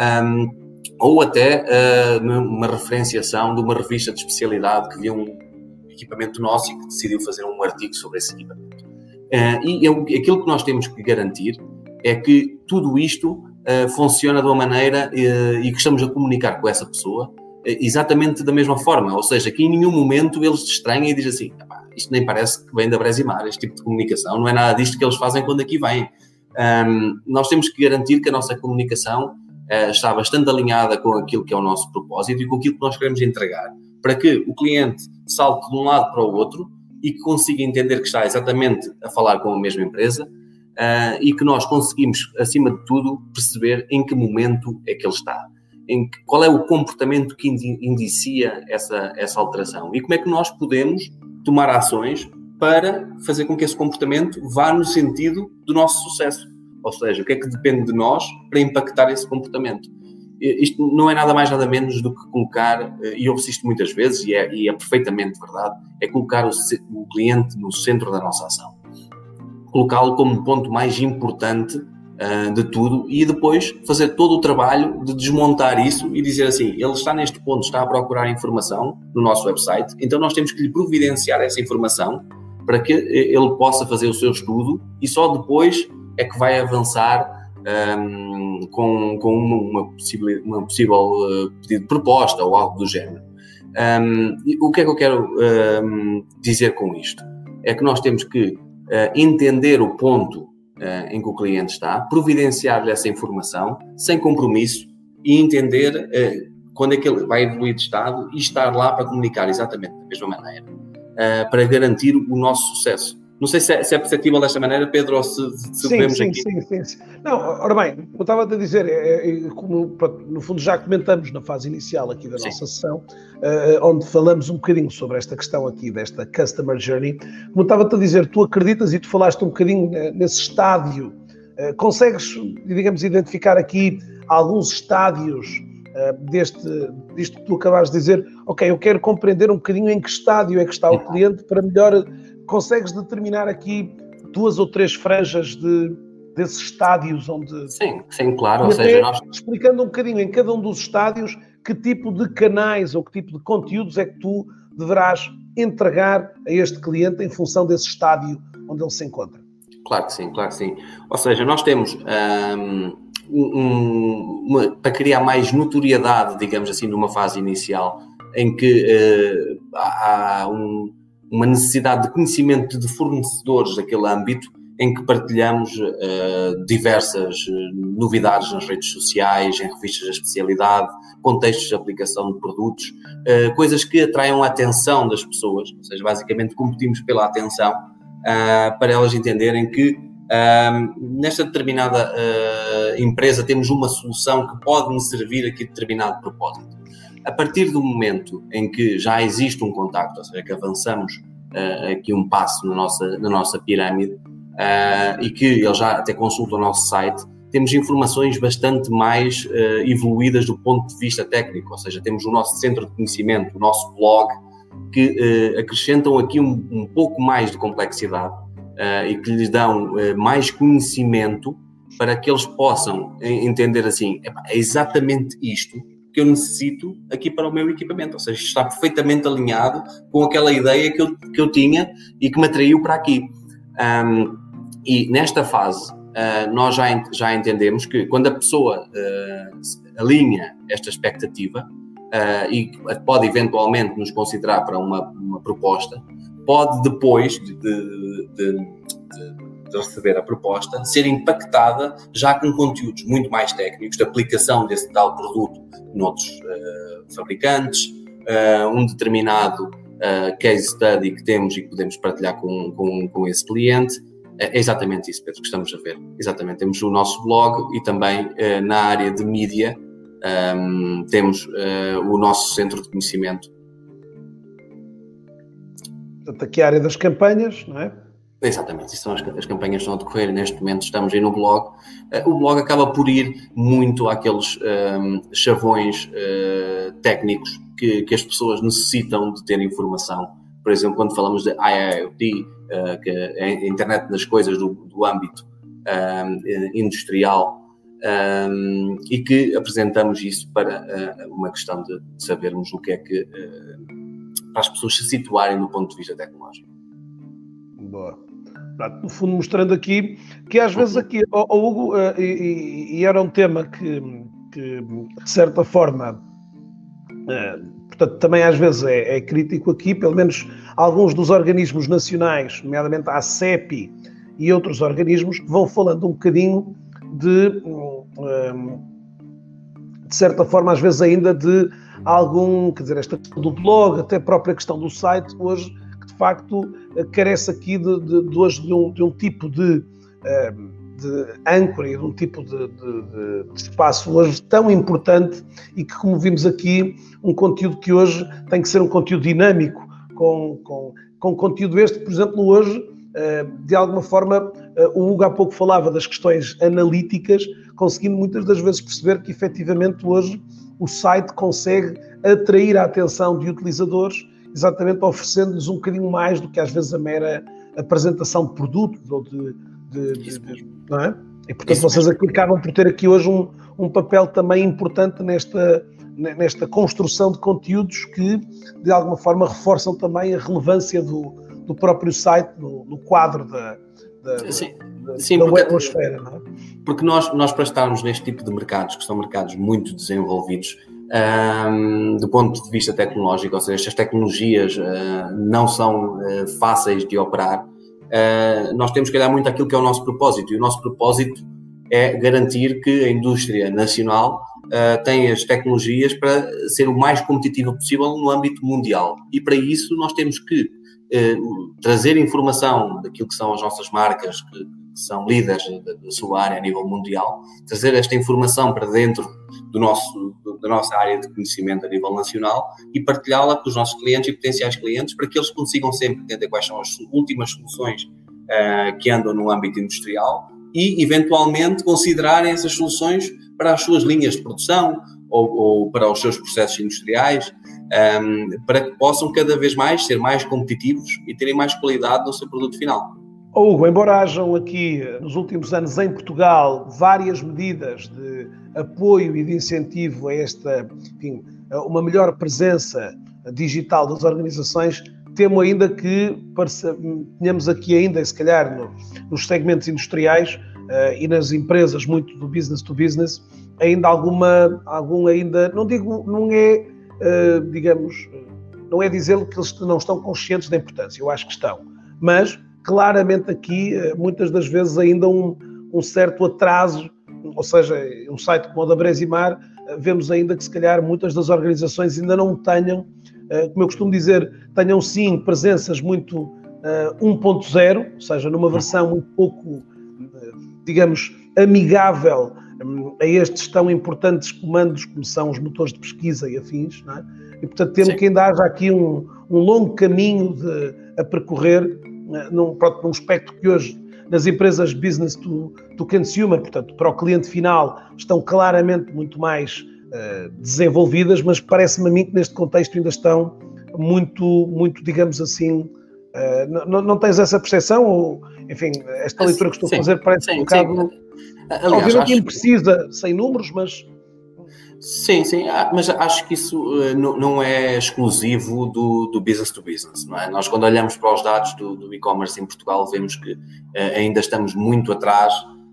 ou até uma referenciação de uma revista de especialidade que viu um equipamento nosso e que decidiu fazer um artigo sobre esse equipamento. E aquilo que nós temos que garantir é que tudo isto funciona de uma maneira e que estamos a comunicar com essa pessoa exatamente da mesma forma, ou seja, que em nenhum momento eles se estranham e dizem assim, isto nem parece que vem da Bresimar, este tipo de comunicação, não é nada disto que eles fazem quando aqui vêm. Nós temos que garantir que a nossa comunicação está bastante alinhada com aquilo que é o nosso propósito e com aquilo que nós queremos entregar, para que o cliente salte de um lado para o outro e que consiga entender que está exatamente a falar com a mesma empresa, e que nós conseguimos, acima de tudo, perceber em que momento é que ele está, qual é o comportamento que indicia essa alteração e como é que nós podemos tomar ações para fazer com que esse comportamento vá no sentido do nosso sucesso. Ou seja, o que é que depende de nós para impactar esse comportamento. Isto não é nada mais, nada menos do que colocar, e eu ouço isto muitas vezes, e é perfeitamente verdade, é colocar o cliente no centro da nossa ação. Colocá-lo como um ponto mais importante de tudo e depois fazer todo o trabalho de desmontar isso e dizer assim, ele está neste ponto, está a procurar informação no nosso website, então nós temos que lhe providenciar essa informação para que ele possa fazer o seu estudo e só depois é que vai avançar com uma possível pedido de proposta ou algo do género. O que é que eu quero dizer com isto? É que nós temos que entender o ponto em que o cliente está, providenciar-lhe essa informação sem compromisso e entender quando é que ele vai evoluir de estado e estar lá para comunicar exatamente da mesma maneira, para garantir o nosso sucesso. Não sei se é perceptível desta maneira, Pedro, ou se vemos aqui. Sim. Não, ora bem, como eu estava a dizer, como no fundo já comentamos na fase inicial aqui da nossa sessão, onde falamos um bocadinho sobre esta questão aqui desta Customer Journey, como eu estava-te a dizer, tu acreditas e tu falaste um bocadinho nesse estádio, consegues, digamos, identificar aqui alguns estádios disto que tu acabaste de dizer, ok, eu quero compreender um bocadinho em que estádio é que está o cliente para melhor... Consegues determinar aqui 2 ou 3 franjas desses estádios onde... Sim, claro. Ou seja, explicando um bocadinho em cada um dos estádios que tipo de canais ou que tipo de conteúdos é que tu deverás entregar a este cliente em função desse estádio onde ele se encontra. Claro que sim. Ou seja, nós temos para criar mais notoriedade, digamos assim, numa fase inicial, em que há uma necessidade de conhecimento de fornecedores daquele âmbito, em que partilhamos diversas novidades nas redes sociais, em revistas de especialidade, contextos de aplicação de produtos, coisas que atraiam a atenção das pessoas, ou seja, basicamente competimos pela atenção, para elas entenderem que nesta determinada empresa temos uma solução que pode nos servir aqui a determinado propósito. A partir do momento em que já existe um contacto, ou seja, que avançamos aqui um passo na nossa pirâmide e que ele já até consulta o nosso site, temos informações bastante mais evoluídas do ponto de vista técnico, ou seja, temos o nosso centro de conhecimento, o nosso blog, que acrescentam aqui um pouco mais de complexidade e que lhes dão mais conhecimento para que eles possam entender assim, é exatamente isto que eu necessito aqui para o meu equipamento, ou seja, está perfeitamente alinhado com aquela ideia que eu tinha e que me atraiu para aqui. E nesta fase, nós já entendemos que quando a pessoa alinha esta expectativa e pode eventualmente nos considerar para uma proposta, pode depois de receber a proposta, ser impactada já com conteúdos muito mais técnicos de aplicação desse tal produto noutros fabricantes, um determinado case study que temos e que podemos partilhar com esse cliente, É exatamente isso, Pedro, que estamos a ver. Exatamente. Temos o nosso blog e também na área de mídia temos o nosso centro de conhecimento. Portanto, aqui a área das campanhas, não é? Exatamente, isso são as campanhas que estão a decorrer. Neste momento estamos aí no blog. O blog acaba por ir muito àqueles chavões técnicos que as pessoas necessitam de ter informação. Por exemplo, quando falamos de IoT, que é a internet das coisas do âmbito industrial, e que apresentamos isso para uma questão de sabermos o que é que... para as pessoas se situarem do ponto de vista tecnológico. Boa. No fundo, mostrando aqui que às vezes aqui, Hugo, e era um tema que de certa forma, portanto, também às vezes é crítico aqui, pelo menos alguns dos organismos nacionais, nomeadamente a ACEPI e outros organismos, que vão falando um bocadinho de certa forma, às vezes ainda de algum, quer dizer, esta questão do blog, até a própria questão do site, hoje, que de facto carece aqui de um tipo de âncora e de um tipo de espaço hoje tão importante e que, como vimos aqui, um conteúdo que hoje tem que ser um conteúdo dinâmico, com conteúdo este, por exemplo, hoje, de alguma forma, o Hugo há pouco falava das questões analíticas, conseguindo muitas das vezes perceber que, efetivamente, hoje o site consegue atrair a atenção de utilizadores, exatamente oferecendo-lhes um bocadinho mais do que às vezes a mera apresentação de produtos ou não é? E portanto vocês aqui acabam por ter aqui hoje um papel também importante nesta construção de conteúdos que de alguma forma reforçam também a relevância do próprio site no quadro da webosfera, não é? Porque nós para estarmos neste tipo de mercados, que são mercados muito desenvolvidos, do ponto de vista tecnológico, ou seja, estas tecnologias não são fáceis de operar, nós temos que olhar muito àquilo que é o nosso propósito, e o nosso propósito é garantir que a indústria nacional tem as tecnologias para ser o mais competitiva possível no âmbito mundial, e para isso nós temos que trazer informação daquilo que são as nossas marcas, que são líderes da sua área a nível mundial, trazer esta informação para dentro da nossa área de conhecimento a nível nacional e partilhá-la com os nossos clientes e potenciais clientes para que eles consigam sempre entender quais são as últimas soluções que andam no âmbito industrial e, eventualmente, considerarem essas soluções para as suas linhas de produção ou para os seus processos industriais, para que possam cada vez mais ser mais competitivos e terem mais qualidade no seu produto final. Hugo, embora hajam aqui nos últimos anos em Portugal várias medidas de apoio e de incentivo a esta, enfim, uma melhor presença digital das organizações, temo ainda que tenhamos aqui ainda, se calhar nos segmentos industriais e nas empresas muito do business to business, ainda algum ainda, não digo, não é, digamos, não é dizer que eles não estão conscientes da importância, eu acho que estão, mas claramente aqui, muitas das vezes ainda um certo atraso, ou seja, um site como o da Bresimar, vemos ainda que se calhar muitas das organizações ainda não tenham, como eu costumo dizer, tenham sim presenças muito 1.0, ou seja, numa versão muito pouco, digamos, amigável a estes tão importantes comandos como são os motores de pesquisa e afins, não é? E portanto temos que ainda haja aqui um longo caminho a percorrer num espectro que hoje nas empresas business to consumer, portanto para o cliente final, estão claramente muito mais desenvolvidas, mas parece-me a mim que neste contexto ainda estão muito, digamos assim, não tens essa percepção? Ou, enfim, esta leitura que estou a fazer parece um bocado... Aliás, obviamente imprecisa, sem números, mas... Sim, mas acho que isso não é exclusivo do business to business, não é? Nós, quando olhamos para os dados do e-commerce em Portugal, vemos que ainda estamos muito atrás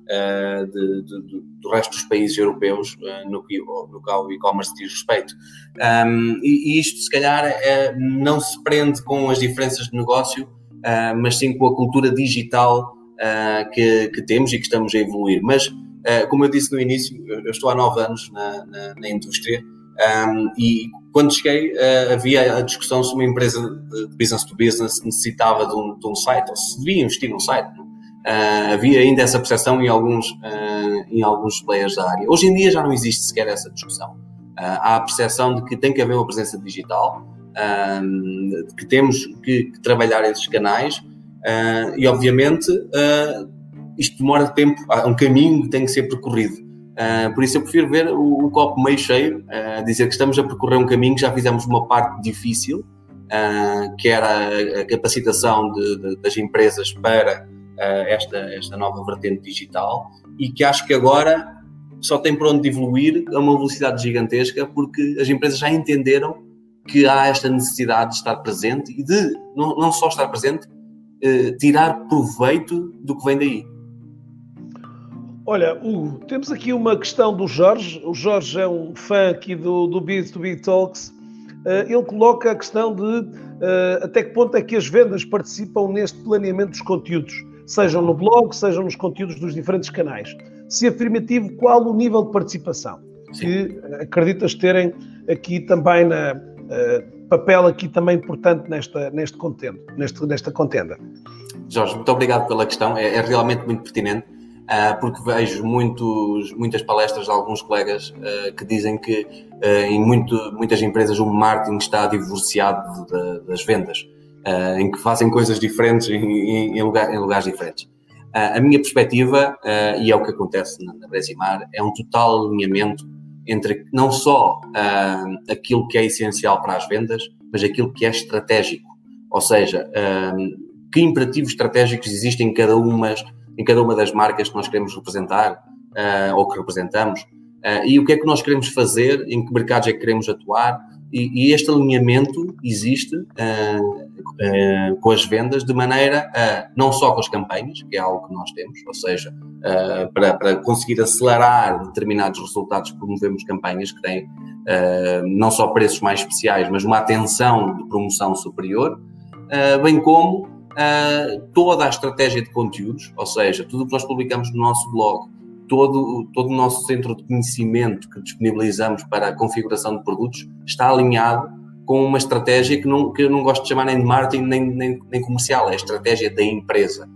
do resto dos países europeus no que ao e-commerce diz respeito. E isto, se calhar, não se prende com as diferenças de negócio, mas sim com a cultura digital que temos e que estamos a evoluir. Mas, como eu disse no início, eu estou há 9 anos na indústria e quando cheguei havia a discussão se uma empresa de business to business necessitava de um site ou se devia investir num site. havia ainda essa percepção em alguns players da área. Hoje em dia já não existe sequer essa discussão. Há a percepção de que tem que haver uma presença digital, que temos que trabalhar esses canais, e obviamente isto demora tempo, há um caminho que tem que ser percorrido. Por isso eu prefiro ver o copo meio cheio, dizer que estamos a percorrer um caminho, que já fizemos uma parte difícil, que era a capacitação das empresas para esta nova vertente digital, e que acho que agora só tem por onde evoluir a uma velocidade gigantesca, porque as empresas já entenderam que há esta necessidade de estar presente e de não só estar presente, tirar proveito do que vem daí. Olha, Hugo, temos aqui uma questão do Jorge. O Jorge é um fã aqui do B2B Talks. Ele coloca a questão de até que ponto é que as vendas participam neste planeamento dos conteúdos, sejam no blog, sejam nos conteúdos dos diferentes canais. Se afirmativo, qual o nível de participação? Sim. Que acreditas terem aqui também papel aqui também importante nesta contenda? Jorge, muito obrigado pela questão. É realmente muito pertinente, porque vejo muitas palestras de alguns colegas que dizem que em muitas empresas o marketing está divorciado das vendas, em que fazem coisas diferentes em lugares diferentes. A minha perspectiva, e é o que acontece na Brasimar, é um total alinhamento entre não só aquilo que é essencial para as vendas, mas aquilo que é estratégico. Ou seja, que imperativos estratégicos existem em cada uma das marcas que nós queremos representar ou que representamos, e o que é que nós queremos fazer, em que mercados é que queremos atuar, e este alinhamento existe com as vendas, de maneira não só com as campanhas, que é algo que nós temos, ou seja, para conseguir acelerar determinados resultados, promovemos campanhas que têm não só preços mais especiais, mas uma atenção de promoção superior, bem como toda a estratégia de conteúdos, ou seja, tudo o que nós publicamos no nosso blog, todo o nosso centro de conhecimento que disponibilizamos para a configuração de produtos, está alinhado com uma estratégia que eu não gosto de chamar nem de marketing nem comercial, é a estratégia da empresa.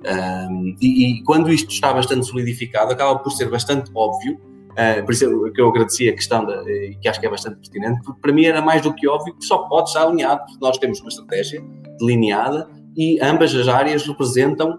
E quando isto está bastante solidificado, acaba por ser bastante óbvio, por isso que eu agradeci a questão, que acho que é bastante pertinente, porque para mim era mais do que óbvio que só pode estar alinhado, porque nós temos uma estratégia delineada e ambas as áreas representam,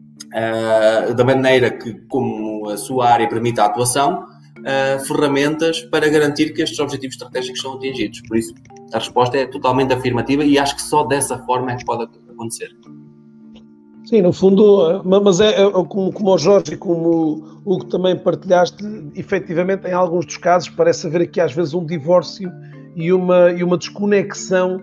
da maneira que, como a sua área permite a atuação, ferramentas para garantir que estes objetivos estratégicos são atingidos. Por isso, a resposta é totalmente afirmativa e acho que só dessa forma é que pode acontecer. Sim, no fundo, mas é como o Jorge e como o Hugo também partilhaste, efetivamente, em alguns dos casos, parece haver aqui às vezes um divórcio e uma desconexão,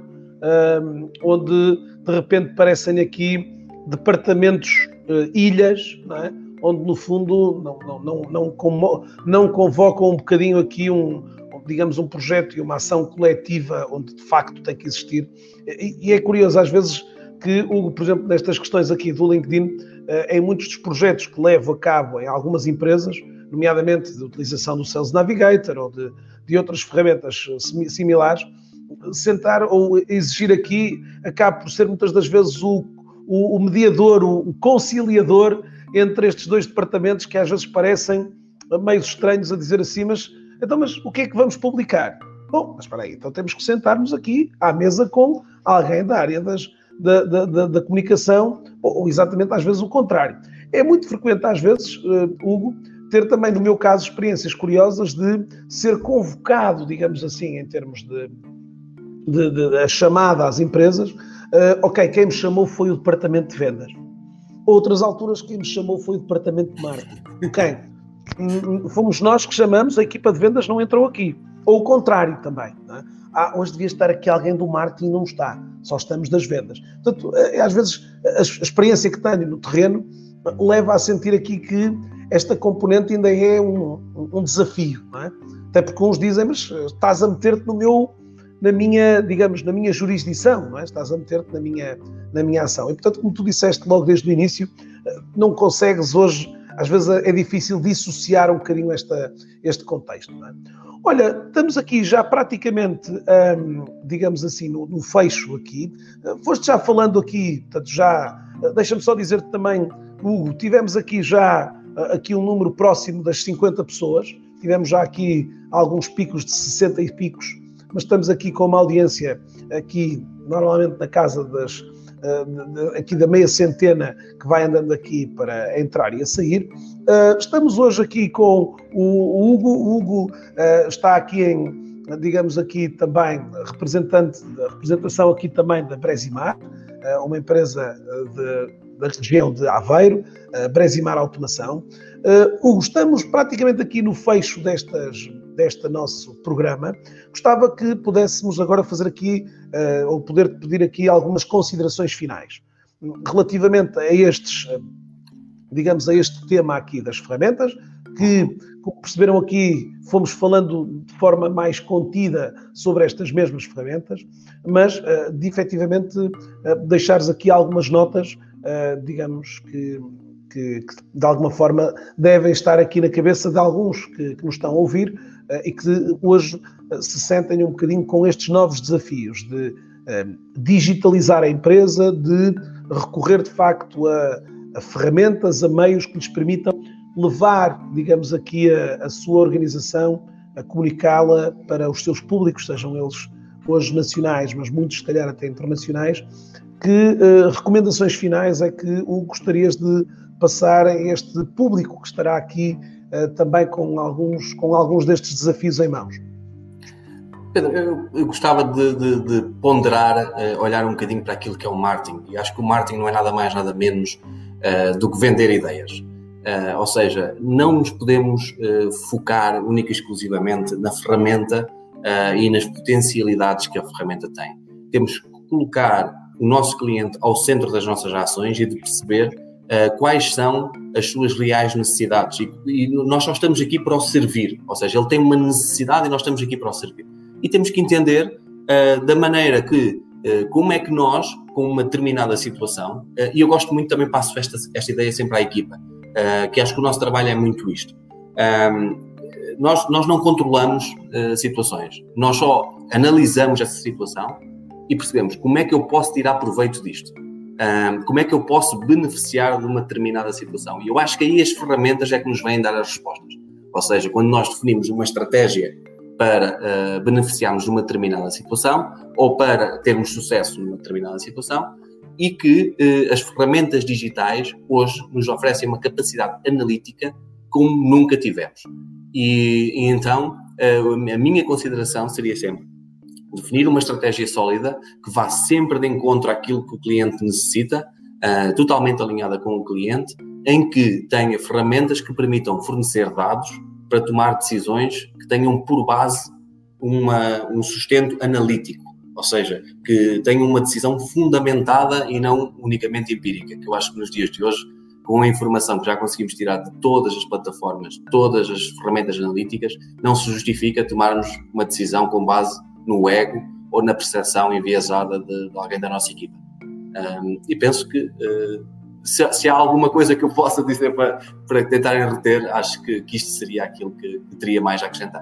onde de repente parecem aqui departamentos, ilhas, não é? Onde no fundo não convocam um bocadinho aqui digamos um projeto e uma ação coletiva onde de facto tem que existir. E é curioso às vezes que, Hugo, por exemplo, nestas questões aqui do LinkedIn, em muitos dos projetos que levo a cabo em algumas empresas, nomeadamente de utilização do Sales Navigator ou de outras ferramentas similares, sentar ou exigir aqui, acaba por ser muitas das vezes o mediador, o conciliador entre estes dois departamentos que às vezes parecem meio estranhos a dizer assim, mas o que é que vamos publicar? Bom, mas espera aí, então temos que sentarmos aqui à mesa com alguém da área da comunicação, ou exatamente às vezes o contrário. É muito frequente às vezes, Hugo, ter também no meu caso experiências curiosas de ser convocado, digamos assim, em termos de chamada às empresas. Ok, quem me chamou foi o departamento de vendas. Outras alturas quem me chamou foi o departamento de marketing. Ok, fomos nós que chamamos, a equipa de vendas não entrou aqui. Ou o contrário também. Não é? Hoje devia estar aqui alguém do marketing e não está. Só estamos das vendas. Portanto, às vezes a experiência que tenho no terreno leva a sentir aqui que esta componente ainda é um desafio. Não é? Até porque uns dizem, mas estás a meter-te na minha jurisdição, não é? Estás a meter-te na minha ação. E, portanto, como tu disseste logo desde o início, não consegues hoje, às vezes é difícil dissociar um bocadinho este contexto. Não é? Olha, estamos aqui já praticamente, digamos assim, no fecho aqui. Foste já falando aqui, portanto, deixa-me só dizer-te também Hugo, tivemos aqui já um número próximo das 50 pessoas, tivemos já aqui alguns picos de 60 e picos, mas estamos aqui com uma audiência aqui, normalmente na casa aqui da meia centena, que vai andando aqui para entrar e a sair. Estamos hoje aqui com o Hugo. O Hugo está aqui digamos aqui também, representação aqui também da Bresimar, uma empresa da região de Aveiro, Bresimar Automação. Hugo, estamos praticamente aqui no fecho deste nosso programa. Gostava que pudéssemos agora fazer aqui, ou poder pedir aqui algumas considerações finais relativamente a digamos, a este tema aqui das ferramentas, que, como perceberam aqui, fomos falando de forma mais contida sobre estas mesmas ferramentas, mas de efetivamente deixares aqui algumas notas, digamos, que de alguma forma devem estar aqui na cabeça de alguns que nos estão a ouvir e que hoje se sentem um bocadinho com estes novos desafios de digitalizar a empresa, de recorrer de facto a ferramentas, a meios que lhes permitam levar, digamos aqui, a sua organização, a comunicá-la para os seus públicos, sejam eles hoje nacionais, mas muitos, se calhar, até internacionais. Que recomendações finais é que gostarias de passar a este público que estará aqui também com alguns destes desafios em mãos? Pedro, eu gostava de ponderar, olhar um bocadinho para aquilo que é o marketing. E acho que o marketing não é nada mais, nada menos do que vender ideias. Ou seja, não nos podemos focar única e exclusivamente na ferramenta e nas potencialidades que a ferramenta tem. Temos que colocar o nosso cliente ao centro das nossas ações e de perceber quais são as suas reais necessidades. E nós só estamos aqui para o servir. Ou seja, ele tem uma necessidade e nós estamos aqui para o servir. E temos que entender da maneira que, como é que nós, com uma determinada situação, e eu gosto muito, também passo esta ideia sempre à equipa, que acho que o nosso trabalho é muito isto. Nós não controlamos situações, nós só analisamos essa situação e percebemos como é que eu posso tirar proveito disto, como é que eu posso beneficiar de uma determinada situação. E eu acho que aí as ferramentas é que nos vêm dar as respostas. Ou seja, quando nós definimos uma estratégia para beneficiarmos de uma determinada situação ou para termos sucesso numa determinada situação, e que as ferramentas digitais hoje nos oferecem uma capacidade analítica como nunca tivemos. E então a minha consideração seria sempre definir uma estratégia sólida que vá sempre de encontro àquilo que o cliente necessita, totalmente alinhada com o cliente, em que tenha ferramentas que permitam fornecer dados para tomar decisões que tenham por base um sustento analítico, ou seja, que tenham uma decisão fundamentada e não unicamente empírica, que eu acho que nos dias de hoje, com a informação que já conseguimos tirar de todas as plataformas, todas as ferramentas analíticas, não se justifica tomarmos uma decisão com base no ego ou na percepção enviesada de alguém da nossa equipa. E penso que se há alguma coisa que eu possa dizer para tentarem reter, acho que isto seria aquilo que teria mais a acrescentar.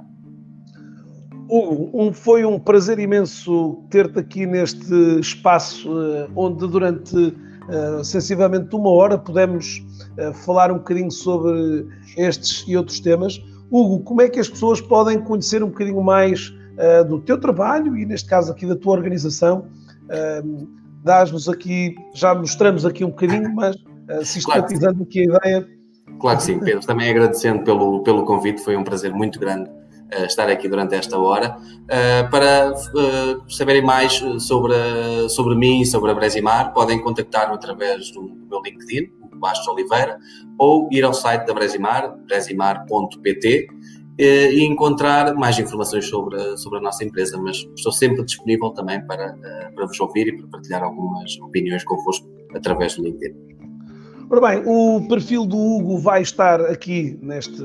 Hugo, foi um prazer imenso ter-te aqui neste espaço onde durante sensivelmente 1 hora pudemos falar um bocadinho sobre estes e outros temas. Hugo, como é que as pessoas podem conhecer um bocadinho mais do teu trabalho e, neste caso, aqui da tua organização? Dás-nos aqui, já mostramos aqui um bocadinho, mas sistematizando aqui a ideia. Claro que sim, Pedro. Também agradecendo pelo convite, foi um prazer muito grande estar aqui durante esta hora. Para saberem mais sobre mim e sobre a Bresimar, podem contactar-me através do meu LinkedIn, Hugo Bastos Oliveira, ou ir ao site da Bresimar, bresimar.pt, e encontrar mais informações sobre a nossa empresa, mas estou sempre disponível também para vos ouvir e para partilhar algumas opiniões convosco através do LinkedIn. Ora bem, o perfil do Hugo vai estar aqui neste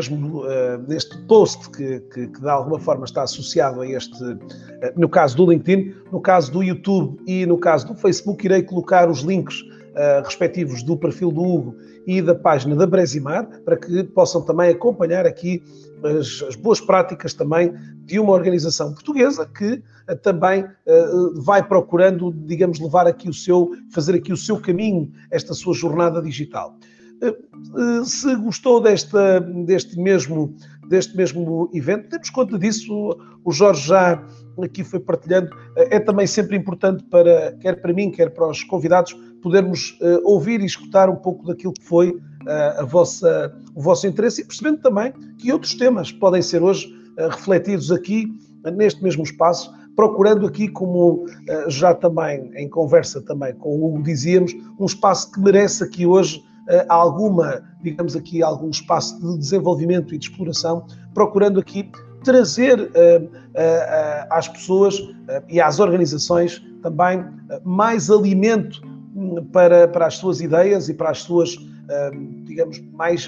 post que de alguma forma está associado a este, no caso do LinkedIn, no caso do YouTube e no caso do Facebook, irei colocar os links respectivos do perfil do Hugo e da página da Bresimar, para que possam também acompanhar aqui as boas práticas também de uma organização portuguesa que também vai procurando, digamos, fazer aqui o seu caminho, esta sua jornada digital. Se gostou deste mesmo evento, temos conta disso, o Jorge já aqui foi partilhando, é também sempre importante quer para mim, quer para os convidados, podermos ouvir e escutar um pouco daquilo que foi o vosso interesse e percebendo também que outros temas podem ser hoje refletidos aqui neste mesmo espaço, procurando aqui, como já também em conversa também com o Hugo dizíamos, um espaço que merece aqui hoje algum espaço de desenvolvimento e de exploração, procurando aqui trazer às pessoas e às organizações também mais alimento para as suas ideias e para as suas, digamos, mais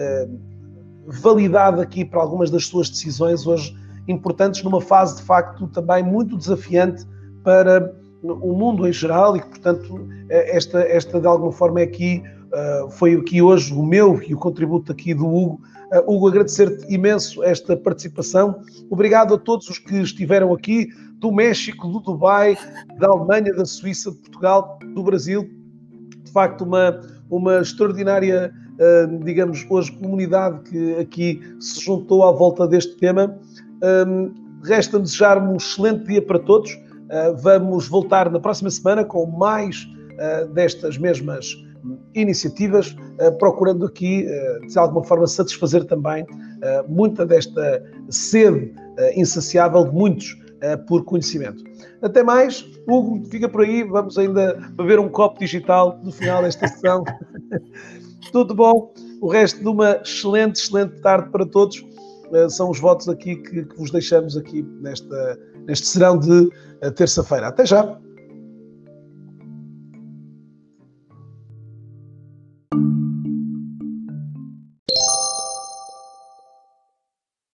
validade aqui para algumas das suas decisões hoje importantes numa fase de facto também muito desafiante para o mundo em geral e que, portanto, esta de alguma forma é aqui, foi aqui hoje o meu e o contributo aqui do Hugo. Hugo, agradecer-te imenso esta participação. Obrigado a todos os que estiveram aqui, do México, do Dubai, da Alemanha, da Suíça, de Portugal, do Brasil. De facto, uma extraordinária, digamos, hoje comunidade que aqui se juntou à volta deste tema. Resta-me desejar-me um excelente dia para todos. Vamos voltar na próxima semana com mais destas mesmas iniciativas, procurando aqui, de alguma forma, satisfazer também muita desta sede insaciável de muitos por conhecimento. Até mais. Hugo, fica por aí, vamos ainda beber um copo digital no final desta sessão. Tudo bom? O resto de uma excelente tarde para todos. São os votos aqui que vos deixamos aqui neste serão de terça-feira. Até já!